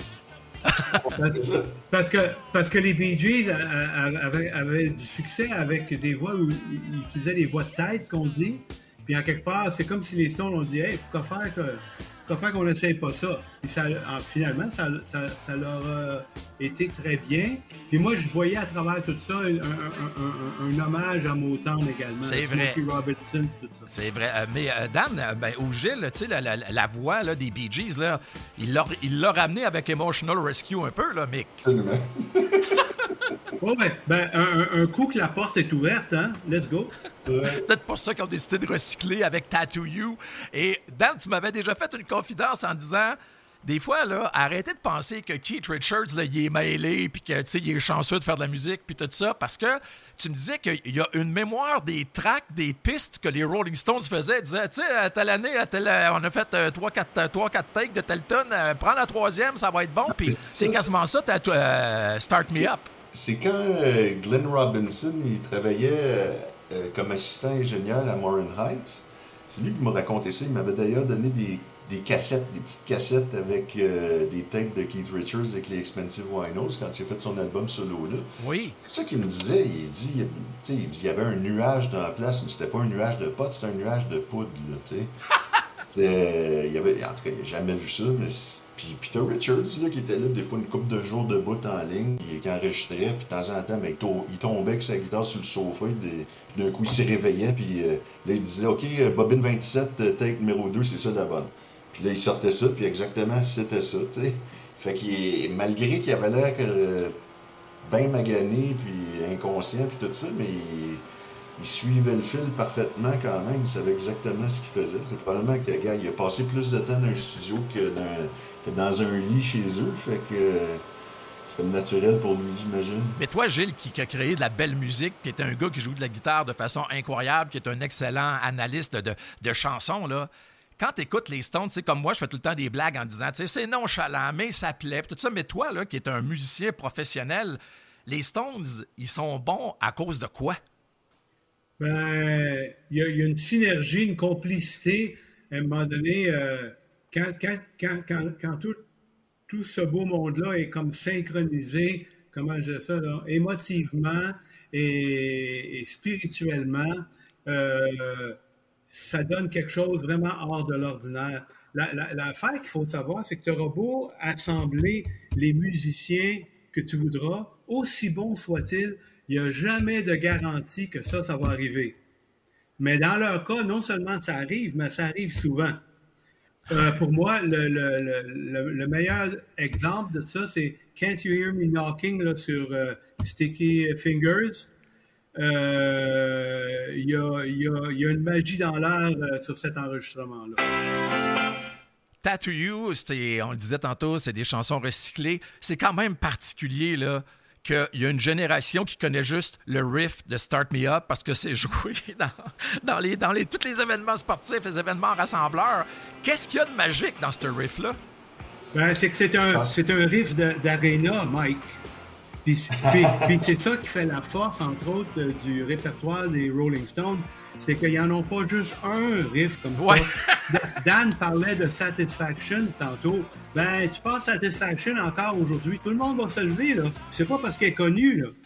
parce que les Bee Gees avaient du succès avec des voix où ils utilisaient des voix de tête, qu'on dit. Puis en quelque part, c'est comme si les Stones ont dit « Hey, pourquoi faire qu'on n'essaye pas ça? » Puis finalement, ça leur a été très bien. Puis moi, je voyais à travers tout ça un hommage à Motown également. C'est vrai. Smokey Robinson, tout ça. C'est vrai. Mais Dan, ou Gilles, tu sais, la voix là, des Bee Gees, là, il l'a ramené avec Emotional Rescue un peu, là, Mick. Absolument. Un coup que la porte est ouverte, hein? Let's go. Peut-être pour ça qu'ils ont décidé de recycler avec Tattoo You. Et Dan, tu m'avais déjà fait une confidence en disant, des fois, là, arrêtez de penser que Keith Richards, là, il est mêlé, puis que, tu sais, il est chanceux de faire de la musique, puis tout ça, parce que tu me disais qu'il y a une mémoire des tracks, des pistes que les Rolling Stones faisaient. Ils disaient, tu sais, à telle année, on a fait 3-4 takes de telle tonne, prends la 3e, ça va être bon, puis c'est quasiment ça, Start Me Up. C'est quand Glenn Robinson, il travaillait comme assistant ingénieur à Morin Heights. C'est lui qui m'a raconté ça. Il m'avait d'ailleurs donné des cassettes, des petites cassettes avec des tapes de Keith Richards avec les Expensive Winos quand il a fait son album solo-là. Oui. C'est ça qu'il me disait. Il dit il y avait un nuage dans la place, mais c'était pas un nuage de potes, c'était un nuage de poudre, là, tu sais. Il avait, en tout cas, il n'a jamais vu ça, mais... Puis Peter Richards, là, qui était là des fois une couple de jours debout en ligne, qui enregistrait, puis de temps en temps, il tombait avec sa guitare sur le sofa, d'un coup il s'y réveillait, puis là il disait « Ok, bobine 27, take numéro 2, c'est ça la bonne. » Puis là il sortait ça, puis exactement c'était ça, tu sais. Fait qu'il, malgré qu'il avait l'air bien magané, puis inconscient, puis tout ça, mais il suivait le fil parfaitement quand même, il savait exactement ce qu'il faisait. C'est probablement que le gars, il a passé plus de temps dans un studio que dans un lit chez eux, fait que c'est comme naturel pour lui, j'imagine. Mais toi, Gilles, qui a créé de la belle musique, qui est un gars qui joue de la guitare de façon incroyable, qui est un excellent analyste de chansons, là, quand tu écoutes les Stones, c'est comme moi, je fais tout le temps des blagues en disant, tu sais, c'est nonchalant, mais ça plaît, tout ça. Mais toi, là, qui es un musicien professionnel, les Stones, ils sont bons à cause de quoi? Il y a une synergie, une complicité. À un moment donné, quand tout ce beau monde-là est comme synchronisé, comment je dis ça, là, émotivement et spirituellement, ça donne quelque chose vraiment hors de l'ordinaire. L'affaire qu'il faut savoir, c'est que tu auras beau assembler les musiciens que tu voudras, aussi bons soient-ils, il n'y a jamais de garantie que ça va arriver. Mais dans leur cas, non seulement ça arrive, mais ça arrive souvent. Pour moi, le meilleur exemple de ça, c'est Can't You Hear Me Knocking là, sur Sticky Fingers. Il y a une magie dans l'air sur cet enregistrement-là. Tattoo You, on le disait tantôt, c'est des chansons recyclées. C'est quand même particulier là, qu'il y a une génération qui connaît juste le riff de Start Me Up parce que c'est joué dans tous les événements sportifs, les événements rassembleurs. Qu'est-ce qu'il y a de magique dans ce riff-là? Ben, c'est que c'est un riff d'aréna, Mike. Puis c'est ça qui fait la force, entre autres, du répertoire des Rolling Stones, c'est qu'ils n'en ont pas juste un riff comme ça. Dan parlait de Satisfaction tantôt. Ben, tu passes Satisfaction encore aujourd'hui, tout le monde va se lever, là. C'est pas parce qu'elle est connue, là.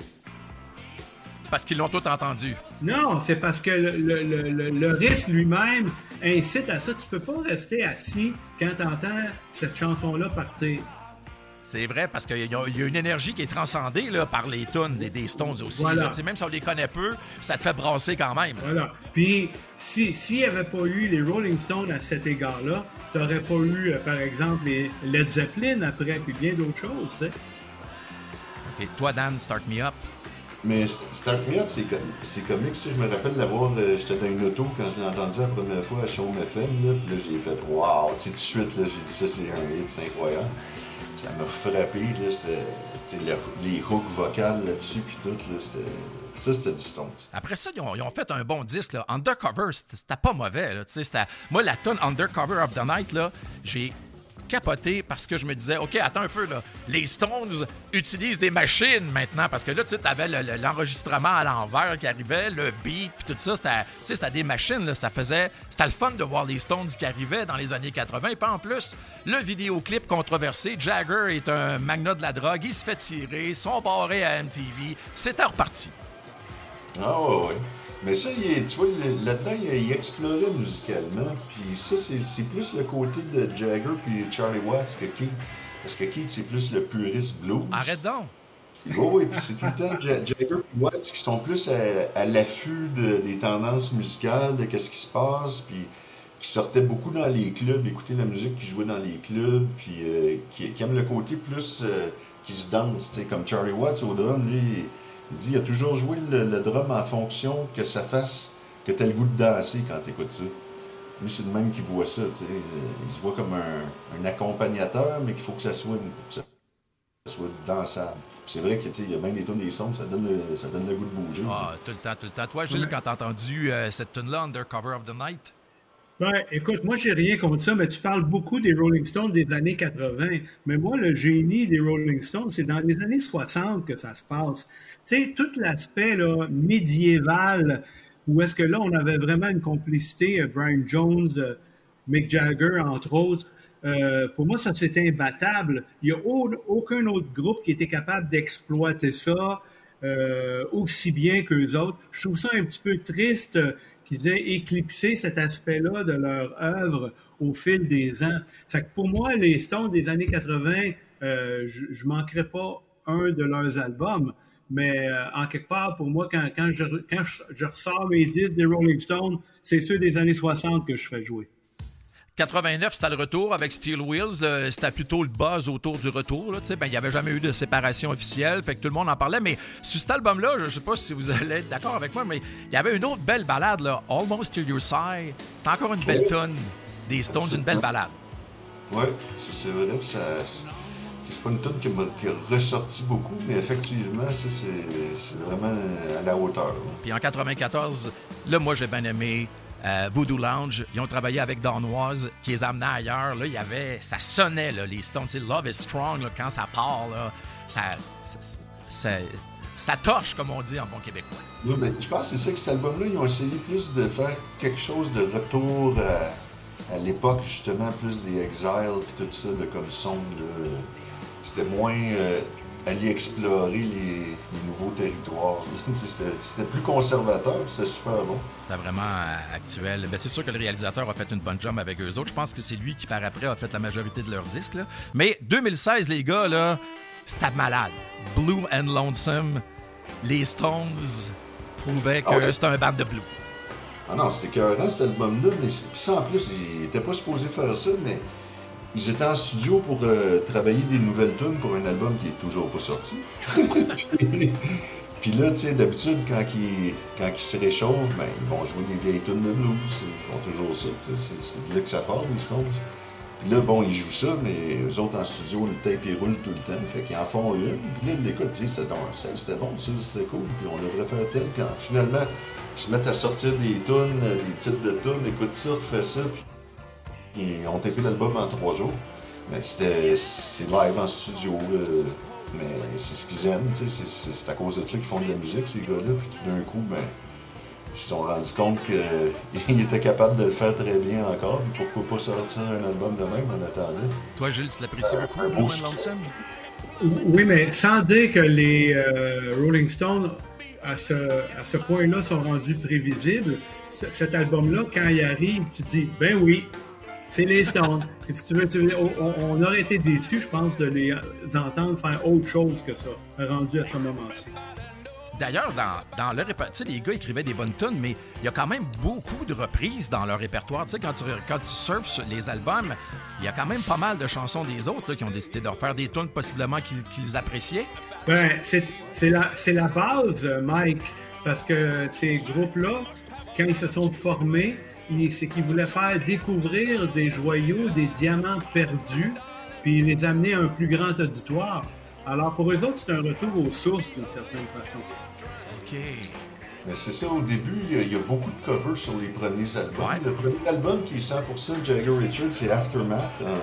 Parce qu'ils l'ont tout entendu. Non, c'est parce que le riff lui-même incite à ça. Tu peux pas rester assis quand tu entends cette chanson-là partir. C'est vrai, parce qu'il y a une énergie qui est transcendée là, par les tunes des Stones aussi. Voilà. Là, même si on les connaît peu, ça te fait brasser quand même. Voilà. Puis, s'il n'y avait pas eu les Rolling Stones à cet égard-là, tu n'aurais pas eu, par exemple, les Led Zeppelin après, puis bien d'autres choses, tu sais. OK. Toi, Dan, Start Me Up. Mais Start Me Up, c'est comique. Ça, je me rappelle d'avoir... j'étais dans une auto quand je l'ai entendu la première fois à Chaume FM, là, puis là, j'ai fait « Wow! » Tu sais, tout de suite, là, j'ai dit ça, c'est un hit, c'est incroyable. Ça m'a frappé, là, c'était les hooks vocales là-dessus, puis tout, là, c'était du Stones. Après ça, ils ont fait un bon disque, là. Undercover, c'était pas mauvais, là, moi, la tune Undercover of the Night, là, j'ai capoté parce que je me disais, OK, attends un peu, là, les Stones utilisent des machines maintenant, parce que là, tu sais, t'avais l'enregistrement à l'envers qui arrivait, le beat, puis tout ça, c'était des machines, là, c'était le fun de voir les Stones qui arrivaient dans les années 80, et puis en plus, le vidéoclip controversé, Jagger est un magnat de la drogue, il se fait tirer, sont barrés à MTV, c'était reparti. Ah ouais. Mais ça, tu vois, là-dedans, il explorait musicalement. Puis ça, c'est plus le côté de Jagger puis Charlie Watts que Keith. Parce que Keith, c'est plus le puriste blues. Arrête donc! Oui, puis c'est tout le temps Jagger et Watts qui sont plus à l'affût des tendances musicales, de qu'est-ce qui se passe, puis qui sortaient beaucoup dans les clubs, écouter la musique qui jouait dans les clubs, puis qui aiment le côté plus qui se danse, tu sais, comme Charlie Watts au drum, lui... Il dit, il a toujours joué le drum en fonction que ça fasse, que tu as le goût de danser quand tu écoutes ça. Lui, c'est le même qui voit ça, tu sais. Il se voit comme un accompagnateur, mais qu'il faut que ça soit dansable. Puis c'est vrai que, tu sais, il y a même des tunes des sons, ça donne le goût de bouger. Ah, tout le temps. Toi, Gilles, quand t'as entendu cette tune-là, Undercover of the Night? Ben, écoute, moi, j'ai rien contre ça, mais tu parles beaucoup des Rolling Stones des années 80. Mais moi, le génie des Rolling Stones, c'est dans les années 60 que ça se passe. Tu sais, tout l'aspect là, médiéval, où est-ce que là, on avait vraiment une complicité, Brian Jones, Mick Jagger, entre autres. Pour moi, ça, c'était imbattable. Il n'y a aucun autre groupe qui était capable d'exploiter ça aussi bien qu'eux autres. Je trouve ça un petit peu triste qu'ils aient éclipsé cet aspect-là de leur œuvre au fil des ans. Fait que pour moi, les Stones des années 80, je manquerais pas un de leurs albums, mais en quelque part, pour moi, quand je ressors mes disques des Rolling Stones, c'est ceux des années 60 que je fais jouer. 89, c'était le retour avec Steel Wheels. C'était plutôt le buzz autour du retour. Là, il n'y avait jamais eu de séparation officielle. Fait que tout le monde en parlait. Mais sur cet album-là, je ne sais pas si vous allez être d'accord avec moi, mais il y avait une autre belle balade, là, Almost Till Your Side. C'était encore une belle tonne des Stones, une belle balade. Oui, c'est vrai que c'est pas une tonne qui a ressorti beaucoup, mais effectivement, ça, c'est vraiment à la hauteur. Là. Puis en 94, là, moi, j'ai bien aimé Voodoo Lounge. Ils ont travaillé avec Danoise, qui les amenait ailleurs. Là, ça sonnait, là, les Stones. Love is Strong, là, quand ça part, là, ça torche, comme on dit en bon québécois. Oui, mais je pense que c'est ça que cet album-là, ils ont essayé plus de faire quelque chose de retour à l'époque, justement, plus des Exiles et tout ça, de comme son. Là. C'était moins aller explorer les nouveaux territoires. C'était plus conservateur, c'était super bon. C'était vraiment actuel. Ben, c'est sûr que le réalisateur a fait une bonne job avec eux autres. Je pense que c'est lui qui, par après, a fait la majorité de leurs disques. Là. Mais 2016, les gars, là, c'était malade. Blue and Lonesome, les Stones prouvaient que c'était un band de blues. Ah non, c'était écœurant, cet album-là, mais ça, en plus, ils n'étaient pas supposés faire ça, mais ils étaient en studio pour travailler des nouvelles tunes pour un album qui est toujours pas sorti. Puis là, tu sais, d'habitude, quand ils se réchauffent, ben, ils vont jouer des vieilles tunes de blues. Ils font toujours ça, c'est de là que ça part, les Stones. Puis là, bon, ils jouent ça, mais eux autres en studio, le tape, ils roulent tout le temps. Fait qu'ils en font une. Puis là, ils l'écoutent, ils disent, c'était bon, ça, c'était cool. Puis on devrait faire tel. Puis finalement, ils se mettent à sortir des tunes, des titres de tunes, écoute ça, refais ça. Puis ils ont tapé l'album en 3 jours. Mais c'est live en studio. Mais c'est ce qu'ils aiment, tu sais. C'est à cause de ça qu'ils font de la musique, ces gars-là. Puis tout d'un coup, ben, ils se sont rendus compte qu'ils étaient capables de le faire très bien encore. Puis pourquoi pas sortir un album de même en attendant. Toi, Gilles, tu l'apprécies beaucoup, Brian Lonesome? Oui, mais sans dire que les Rolling Stones, à ce point-là, sont rendus prévisibles, cet album-là, quand il arrive, tu te dis, ben oui, c'est les Stones. Et si tu veux, on aurait été déçus, je pense, de les entendre faire autre chose que ça, rendu à ce moment-ci. D'ailleurs, dans leur répertoire, tu sais, les gars écrivaient des bonnes tunes, mais il y a quand même beaucoup de reprises dans leur répertoire. Tu sais, quand tu surfes sur les albums, il y a quand même pas mal de chansons des autres là, qui ont décidé de refaire des tunes possiblement qu'ils appréciaient. Ben, c'est la base, Mike, parce que ces groupes-là, quand ils se sont formés, c'est qu'ils voulaient faire découvrir des joyaux, des diamants perdus, puis les amener à un plus grand auditoire. Alors, pour eux autres, c'est un retour aux sources, d'une certaine façon. OK. Mais c'est ça, au début, il y a beaucoup de covers sur les premiers albums. Ouais. Le premier album qui est 100% Jagger Richards, c'est Aftermath, en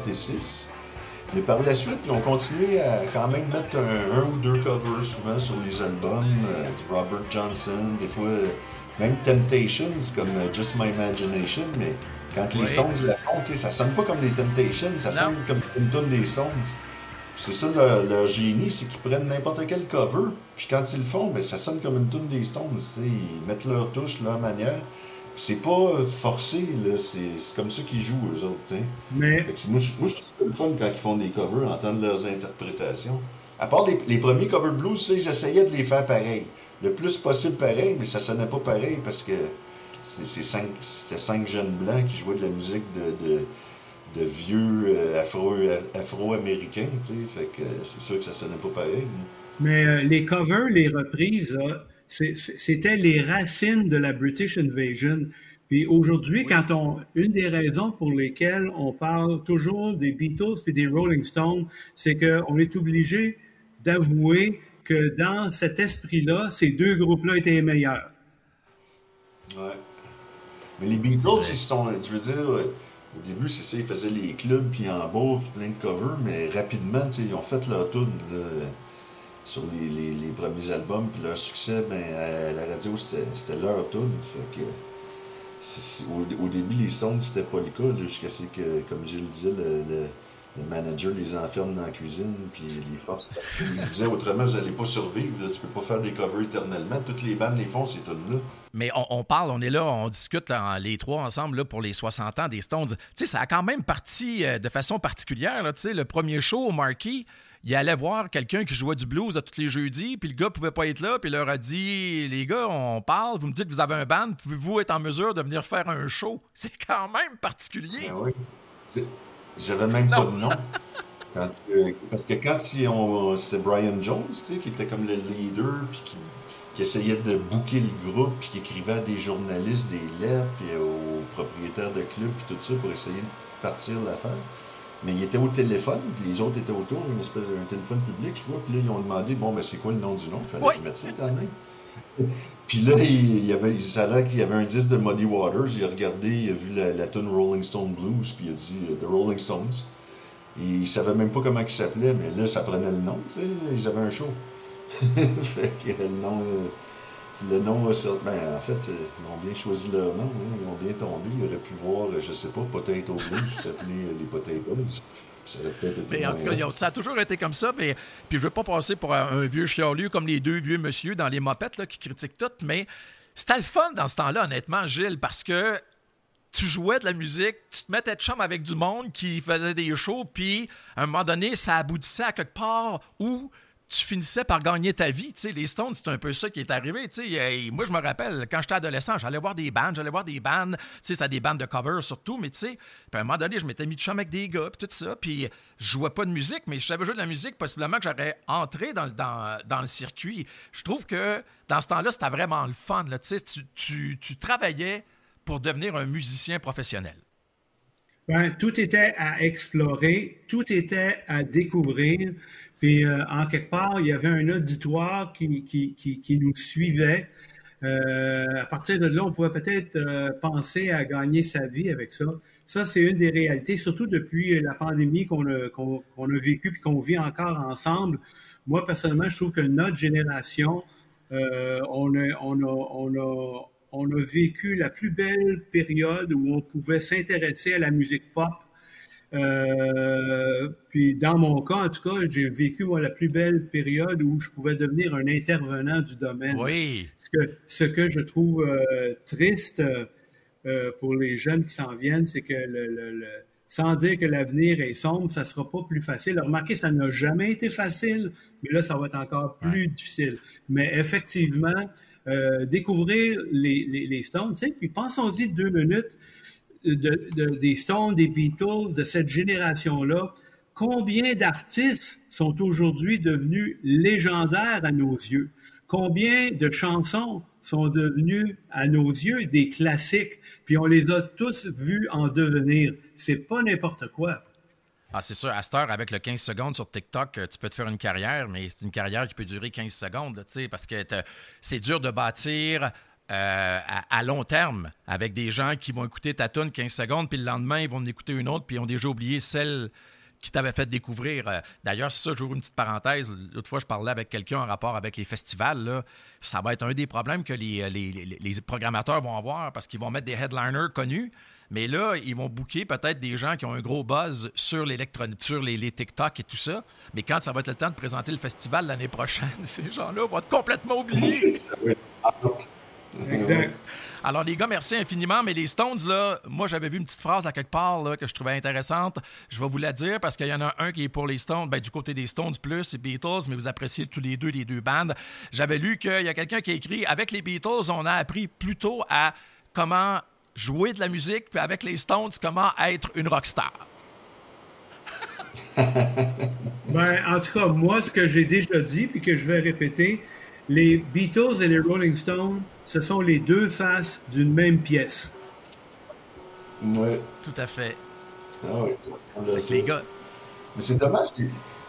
66. Mais par la suite, ils ont continué à quand même mettre un ou deux covers souvent sur les albums. Du Robert Johnson, des fois, même Temptations, comme Just My Imagination, mais quand les Stones la font, ça sonne pas comme les Temptations, ça sonne comme une tune des Stones. C'est ça leur génie, c'est qu'ils prennent n'importe quel cover, puis quand ils le font, ben, ça sonne comme une tune des Stones. Ils mettent leur touche, leur manière. C'est pas forcé, là, c'est comme ça qu'ils jouent, eux autres. T'sais. Mais... Moi, je trouve ça le fun quand ils font des covers, entendre leurs interprétations. À part les premiers cover blues, ils essayaient de les faire pareil. Le plus possible pareil, mais ça sonnait pas pareil parce que c'était 5 jeunes blancs qui jouaient de la musique de vieux afro-américains, tu sais, fait que c'est sûr que ça sonnait pas pareil. Mais les covers, les reprises, là, c'était les racines de la British Invasion. Puis aujourd'hui, une des raisons pour lesquelles on parle toujours des Beatles et des Rolling Stones, c'est qu'on est obligé d'avouer que dans cet esprit-là, ces deux groupes-là étaient les meilleurs. Ouais. Mais les Beatles, ils sont, je veux dire, au début, c'est ça, ils faisaient les clubs, puis en bas, puis plein de covers, mais rapidement, ils ont fait leur tour sur les premiers albums, puis leur succès, ben, à la radio, c'était leur tour. Fait que, au début, les Stones, c'était pas le cas, jusqu'à ce que, comme Gilles disait, le manager les enferme dans la cuisine, puis les force. Il disait autrement, vous n'allez pas survivre, là, tu peux pas faire des covers éternellement, toutes les bandes les font, ces tunes-là. Mais on parle, on est là, on discute là, les trois ensemble là, pour les 60 ans des Stones. Tu sais, ça a quand même parti de façon particulière. Là, tu sais, le premier show au Marquee, il allait voir quelqu'un qui jouait du blues à tous les jeudis, puis le gars pouvait pas être là, puis il leur a dit « Les gars, on parle, vous me dites que vous avez un band, pouvez-vous être en mesure de venir faire un show? » C'est quand même particulier. Ben oui. J'avais même pas de nom. Parce que quand c'était Brian Jones, tu sais, qui était comme le leader, puis qui essayait de booker le groupe, puis qui écrivait à des journalistes des lettres, puis aux propriétaires de clubs, puis tout ça, pour essayer de partir l'affaire. Mais il était au téléphone, puis les autres étaient autour, une espèce d'un téléphone public, je vois, puis là, ils ont demandé, bon, ben c'est quoi le nom du nom? Il fallait qu'ils mettent ça quand même. Puis là, ça a l'air qu'il y avait un disque de Muddy Waters, il a regardé, il a vu la tune Rolling Stone Blues, puis il a dit The Rolling Stones. Et il savait même pas comment il s'appelait, mais là, ça prenait le nom, tu sais, ils avaient un show. Fait que le nom, ben, en fait, ils ont bien choisi leur nom, hein, ils ont bien tombé, ils auraient pu voir, je sais pas, Potato Blues, qui s'appelait les Potatoes. Ça aurait peut-être été mais en tout cas, ça a toujours été comme ça. Mais, puis je veux pas passer pour un vieux chialeux comme les deux vieux monsieur dans les mopettes là, qui critiquent tout, mais c'était le fun dans ce temps-là, honnêtement, Gilles, parce que tu jouais de la musique, tu te mettais de chum avec du monde qui faisait des shows, puis à un moment donné, ça aboutissait à quelque part où tu finissais par gagner ta vie. Tu sais, les Stones, c'est un peu ça qui est arrivé. Tu sais, moi, je me rappelle, quand j'étais adolescent, j'allais voir des bandes. Tu sais, c'était des bandes de cover surtout, mais tu sais, puis à un moment donné, je m'étais mis de chum avec des gars, puis tout ça, puis je jouais pas de musique, mais je savais jouer de la musique, possiblement que j'aurais entré dans le circuit. Je trouve que dans ce temps-là, c'était vraiment le fun. Là. Tu sais, tu travaillais pour devenir un musicien professionnel. Ben, tout était à explorer, tout était à découvrir. Puis, en quelque part, il y avait un auditoire qui nous suivait. À partir de là, on pouvait peut-être penser à gagner sa vie avec ça. Ça, c'est une des réalités, surtout depuis la pandémie qu'on a vécue puis qu'on vit encore ensemble. Moi, personnellement, je trouve que notre génération, on a vécu la plus belle période où on pouvait s'intéresser à la musique pop. Puis dans mon cas, en tout cas, j'ai vécu moi la plus belle période où je pouvais devenir un intervenant du domaine. Oui. Ce que je trouve triste pour les jeunes qui s'en viennent, c'est que sans dire que l'avenir est sombre, ça sera pas plus facile. Remarquez, ça n'a jamais été facile, mais là, ça va être encore plus difficile. Mais effectivement, découvrir les Stones, tu sais, puis pensons-y 2 minutes. Des Stones, des Beatles, de cette génération-là, combien d'artistes sont aujourd'hui devenus légendaires à nos yeux? Combien de chansons sont devenues à nos yeux des classiques? Puis on les a tous vus en devenir. C'est pas n'importe quoi. Ah, c'est sûr, à cette heure, avec le 15 secondes sur TikTok, tu peux te faire une carrière, mais c'est une carrière qui peut durer 15 secondes, tu sais, parce que c'est dur de bâtir à long terme, avec des gens qui vont écouter ta tune 15 secondes, puis le lendemain, ils vont en écouter une autre, puis ils ont déjà oublié celle qui t'avait fait découvrir. D'ailleurs, c'est ça, j'ouvre une petite parenthèse. L'autre fois, je parlais avec quelqu'un en rapport avec les festivals. Là. Ça va être un des problèmes que les programmateurs vont avoir, parce qu'ils vont mettre des headliners connus, mais là, ils vont booker peut-être des gens qui ont un gros buzz sur l'électronique, sur les TikTok et tout ça. Mais quand ça va être le temps de présenter le festival l'année prochaine, ces gens-là vont être complètement oubliés. Exact. Alors, les gars, merci infiniment. Mais les Stones, là, moi, j'avais vu une petite phrase à quelque part là, que je trouvais intéressante. Je vais vous la dire parce qu'il y en a un qui est pour les Stones. Ben, du côté des Stones plus, c'est Beatles, mais vous appréciez tous les deux bandes. J'avais lu qu'il y a quelqu'un qui a écrit « Avec les Beatles, on a appris plutôt à comment jouer de la musique, puis avec les Stones, comment être une rockstar. » Ben, en tout cas, moi, ce que j'ai déjà dit, puis que je vais répéter, les Beatles et les Rolling Stones, ce sont les deux faces d'une même pièce. Oui. Tout à fait. Ah oui, ça les gars. Mais c'est dommage que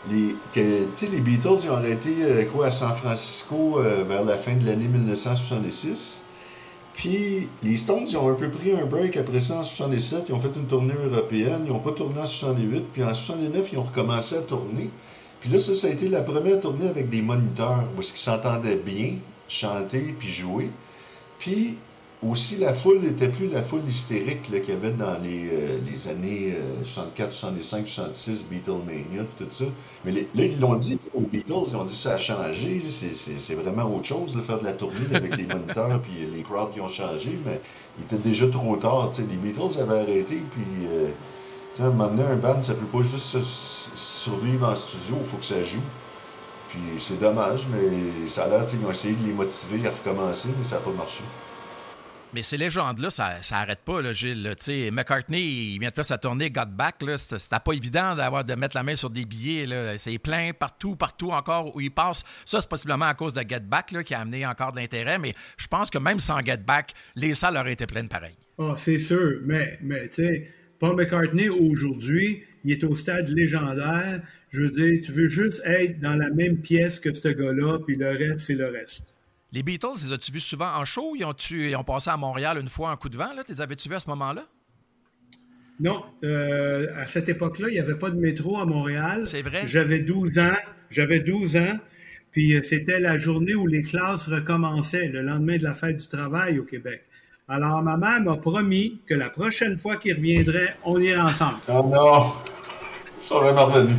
les Beatles ils ont arrêté à San Francisco vers la fin de l'année 1966. Puis les Stones ils ont un peu pris un break après ça en 67. Ils ont fait une tournée européenne. Ils n'ont pas tourné en 68. Puis en 69, ils ont recommencé à tourner. Puis là, ça a été la première tournée avec des moniteurs où ils s'entendaient bien chanter puis jouer. Puis aussi, la foule n'était plus la foule hystérique qu'il y avait dans les années 64, 65, 66, Beatlemania, tout ça. Mais là, ils l'ont dit, aux Beatles, ils ont dit que ça a changé, c'est vraiment autre chose, de faire de la tournée avec les moniteurs puis les crowds qui ont changé, mais il était déjà trop tard. T'sais. Les Beatles avaient arrêté, puis à un moment donné, un band, ça peut pas juste survivre en studio, il faut que ça joue. Puis c'est dommage, mais ça a l'air qu'ils ont essayé de les motiver à recommencer, mais ça n'a pas marché. Mais ces légendes-là, ça n'arrête pas, là, Gilles. Là. McCartney, il vient de faire sa tournée Got Back. Là. C'était pas évident de mettre la main sur des billets. Là. C'est plein partout encore où il passe. Ça, c'est possiblement à cause de Get Back là, qui a amené encore de l'intérêt. Mais je pense que même sans Get Back, les salles auraient été pleines pareil. Ah, c'est sûr. Mais tu sais, Paul McCartney, aujourd'hui, il est au stade légendaire. Je veux dire, tu veux juste être dans la même pièce que ce gars-là, puis le reste, c'est le reste. Les Beatles, les as-tu vus souvent en show? Ils ont passé à Montréal une fois en coup de vent. Les avais-tu vus à ce moment-là? Non. À cette époque-là, il n'y avait pas de métro à Montréal. C'est vrai? J'avais 12 ans. Puis c'était la journée où les classes recommençaient, le lendemain de la fête du travail au Québec. Alors, ma mère m'a promis que la prochaine fois qu'il reviendrait, on irait ensemble. Oh non! Ils sont vraiment revenus.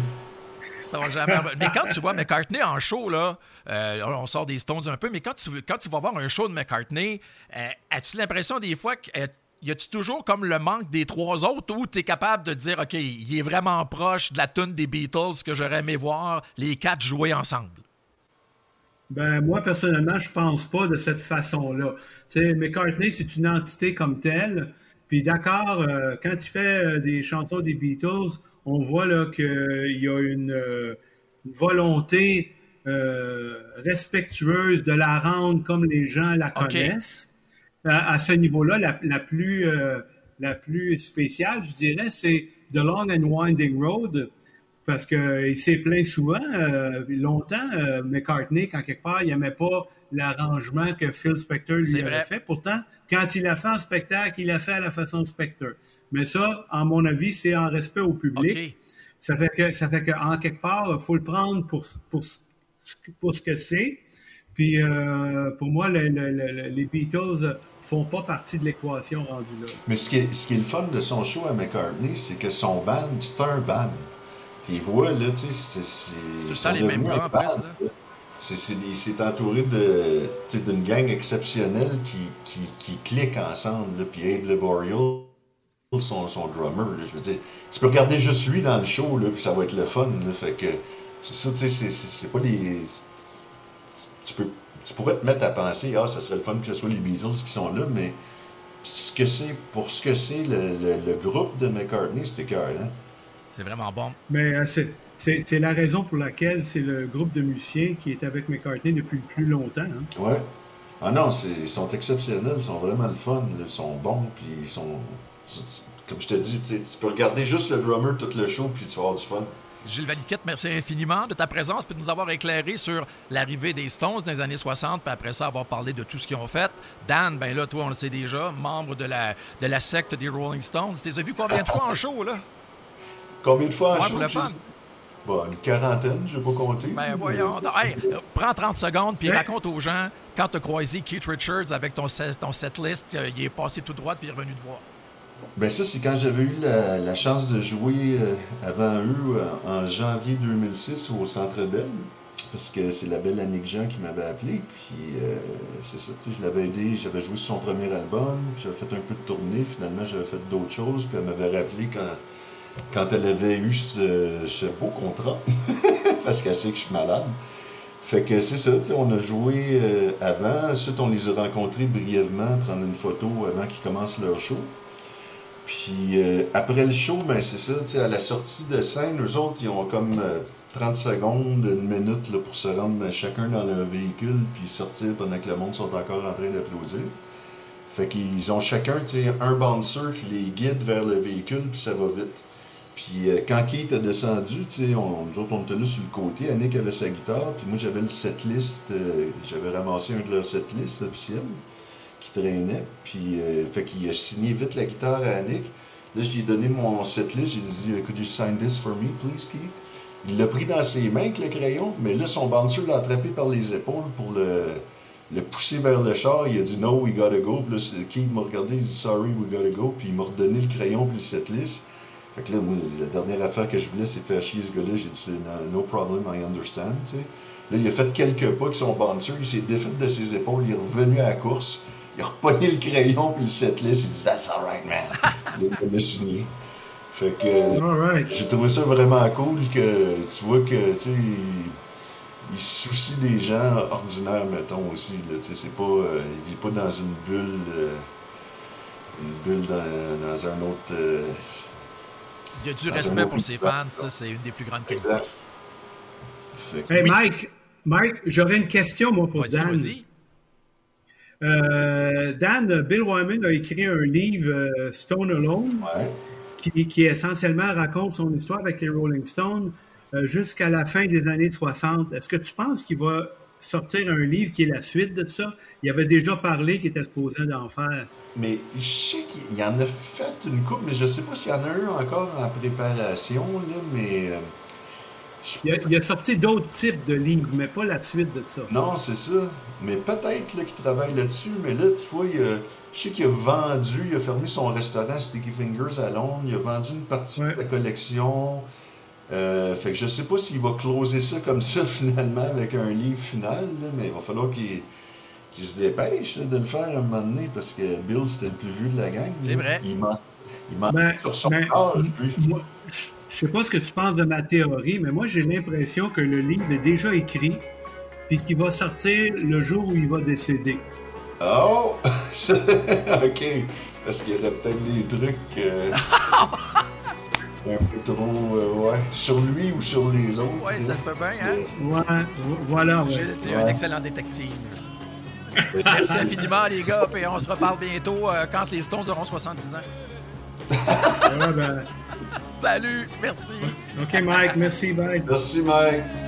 Mais quand tu vois McCartney en show, là, on sort des Stones un peu, mais quand tu vas voir un show de McCartney, as-tu l'impression des fois que y a-tu toujours comme le manque des trois autres ou tu es capable de dire, OK, il est vraiment proche de la tune des Beatles que j'aurais aimé voir les quatre jouer ensemble? Ben, moi, personnellement, je pense pas de cette façon-là. Tu sais, McCartney, c'est une entité comme telle. Puis d'accord, quand il fait des chansons des Beatles, on voit là qu'il y a une volonté respectueuse de la rendre comme les gens la OK. connaissent. À ce niveau-là, la plus spéciale, je dirais, c'est The Long and Winding Road, parce qu'il s'est plaint souvent, longtemps, McCartney, quand quelque part, il n'aimait pas l'arrangement que Phil Spector lui avait fait. Pourtant, quand il a fait en spectacle, il l'a fait à la façon de Spector. Mais ça, à mon avis, c'est en respect au public. Okay. Ça fait que en quelque part, il faut le prendre pour ce que c'est. Puis, pour moi, les Beatles font pas partie de l'équation rendue là. Mais ce qui est le fun de son show à McCartney, c'est que son band, c'est un band. Tes voix, là, tu sais, c'est tout le temps les mêmes gars en plus, là. C'est entouré d'une gang exceptionnelle qui clique ensemble, là. Puis Abe Laboriel, son drummer, là, je veux dire, tu peux regarder juste lui dans le show, là, puis ça va être le fun, là. Fait que, c'est ça, tu sais, c'est pas les... Tu pourrais te mettre à penser, ça serait le fun que ce soit les Beatles qui sont là, mais pour ce que c'est le groupe de McCartney, c'était cœur, hein? C'est vraiment bon. Mais c'est la raison pour laquelle c'est le groupe de musiciens qui est avec McCartney depuis le plus longtemps. Hein? Ouais. Ah non, ils sont exceptionnels, ils sont vraiment le fun, ils sont bons, puis ils sont... Comme je te dis, tu peux regarder juste le drummer tout le show, puis tu vas avoir du fun. Gilles Valiquette, merci infiniment de ta présence et de nous avoir éclairé sur l'arrivée des Stones dans les années 60, puis après ça, avoir parlé de tout ce qu'ils ont fait. Dan, ben là, toi, on le sait déjà, membre de la secte des Rolling Stones. Tu les as vus combien de fois en show, là? Combien de fois en show? Pour le fun. Bon, une quarantaine, je n'ai pas compté. Ben voyons. Hey, prends 30 secondes, puis raconte aux gens, quand tu as croisé Keith Richards avec ton setlist, il est passé tout droit, puis il est revenu te voir. Ben ça, c'est quand j'avais eu la chance de jouer avant eux en janvier 2006 au Centre Bell, parce que c'est la belle Annick Jean qui m'avait appelé, puis c'est ça, tu sais, je l'avais aidé, j'avais joué sur son premier album, j'avais fait un peu de tournée, finalement j'avais fait d'autres choses, puis elle m'avait rappelé quand elle avait eu ce beau contrat, parce qu'elle sait que je suis malade. Fait que c'est ça, tu sais, on a joué avant, ensuite on les a rencontrés brièvement, prendre une photo avant qu'ils commencent leur show. Puis après le show, ben c'est ça, tu sais, à la sortie de scène, eux autres, ils ont comme 30 secondes, une minute là, pour se rendre chacun dans leur véhicule, puis sortir pendant que le monde sont encore en train d'applaudir. Fait qu'ils ont chacun, tu sais, un bouncer qui les guide vers le véhicule, puis ça va vite. Puis quand Keith a descendu, tu sais, nous autres, on était là sur le côté, Annick avait sa guitare, puis moi j'avais le setlist, j'avais ramassé un de leurs setlists officiels qui traînait, puis fait qu'il a signé vite la guitare à Annick. Là, je lui ai donné mon setlist, j'ai dit « Could you sign this for me, please, Keith? » Il l'a pris dans ses mains avec le crayon, mais là, son bouncer l'a attrapé par les épaules pour le pousser vers le char. Il a dit « No, we gotta go. » Puis là, Keith m'a regardé, il a dit « Sorry, we gotta go. » Puis il m'a redonné le crayon puis le setlist. Fait que là, moi, la dernière affaire que je voulais, c'est faire chier ce gars-là. J'ai dit « No problem, I understand. » tu sais. Là, il a fait quelques pas avec son bouncer, il s'est défait de ses épaules, il est revenu à la course. Il a repogné le crayon puis le setlist, il dit « That's alright, man. » Il a signé. Fait que j'ai trouvé ça vraiment cool que tu vois que, tu sais, il se soucie des gens ordinaires, mettons, aussi. Là, tu sais, c'est pas, il vit pas dans une bulle dans un autre... il y a du respect pour ses fans, ça, c'est une des plus grandes qualités. Hey, Mike, j'aurais une question, moi, pour Dan. Vas-y. Dan, Bill Wyman a écrit un livre, Stone Alone, qui essentiellement raconte son histoire avec les Rolling Stones jusqu'à la fin des années 60. Est-ce que tu penses qu'il va sortir un livre qui est la suite de ça? Il avait déjà parlé qu'il était supposé d'en faire. Mais je sais qu'il en a fait une couple, mais je sais pas s'il y en a un encore en préparation, là, mais... Il a sorti d'autres types de livres, mais pas la suite de ça. Non, c'est ça. Mais peut-être qu'il travaille là-dessus, mais là, tu vois, je sais qu'il il a fermé son restaurant Sticky Fingers à Londres, il a vendu une partie de la collection. Fait que je sais pas s'il va closer ça comme ça, finalement, avec un livre final, là, mais il va falloir qu'il se dépêche là, de le faire un moment donné, parce que Bill, c'était le plus vieux de la gang. C'est vrai. Il ment sur son corps, lui. Je sais pas ce que tu penses de ma théorie, mais moi, j'ai l'impression que le livre est déjà écrit, puis qui va sortir le jour où il va décéder. Oh! OK. Parce qu'il y aurait peut-être des trucs un peu trop... ouais. Sur lui ou sur les autres. Ouais, ça se peut bien, hein? Ouais, voilà. Ouais. J'ai été un excellent détective. Merci infiniment, les gars, et on se reparle bientôt quand les Stones auront 70 ans. Ouais, ben... Salut, merci. OK, Mike, merci, bye. Merci, Mike.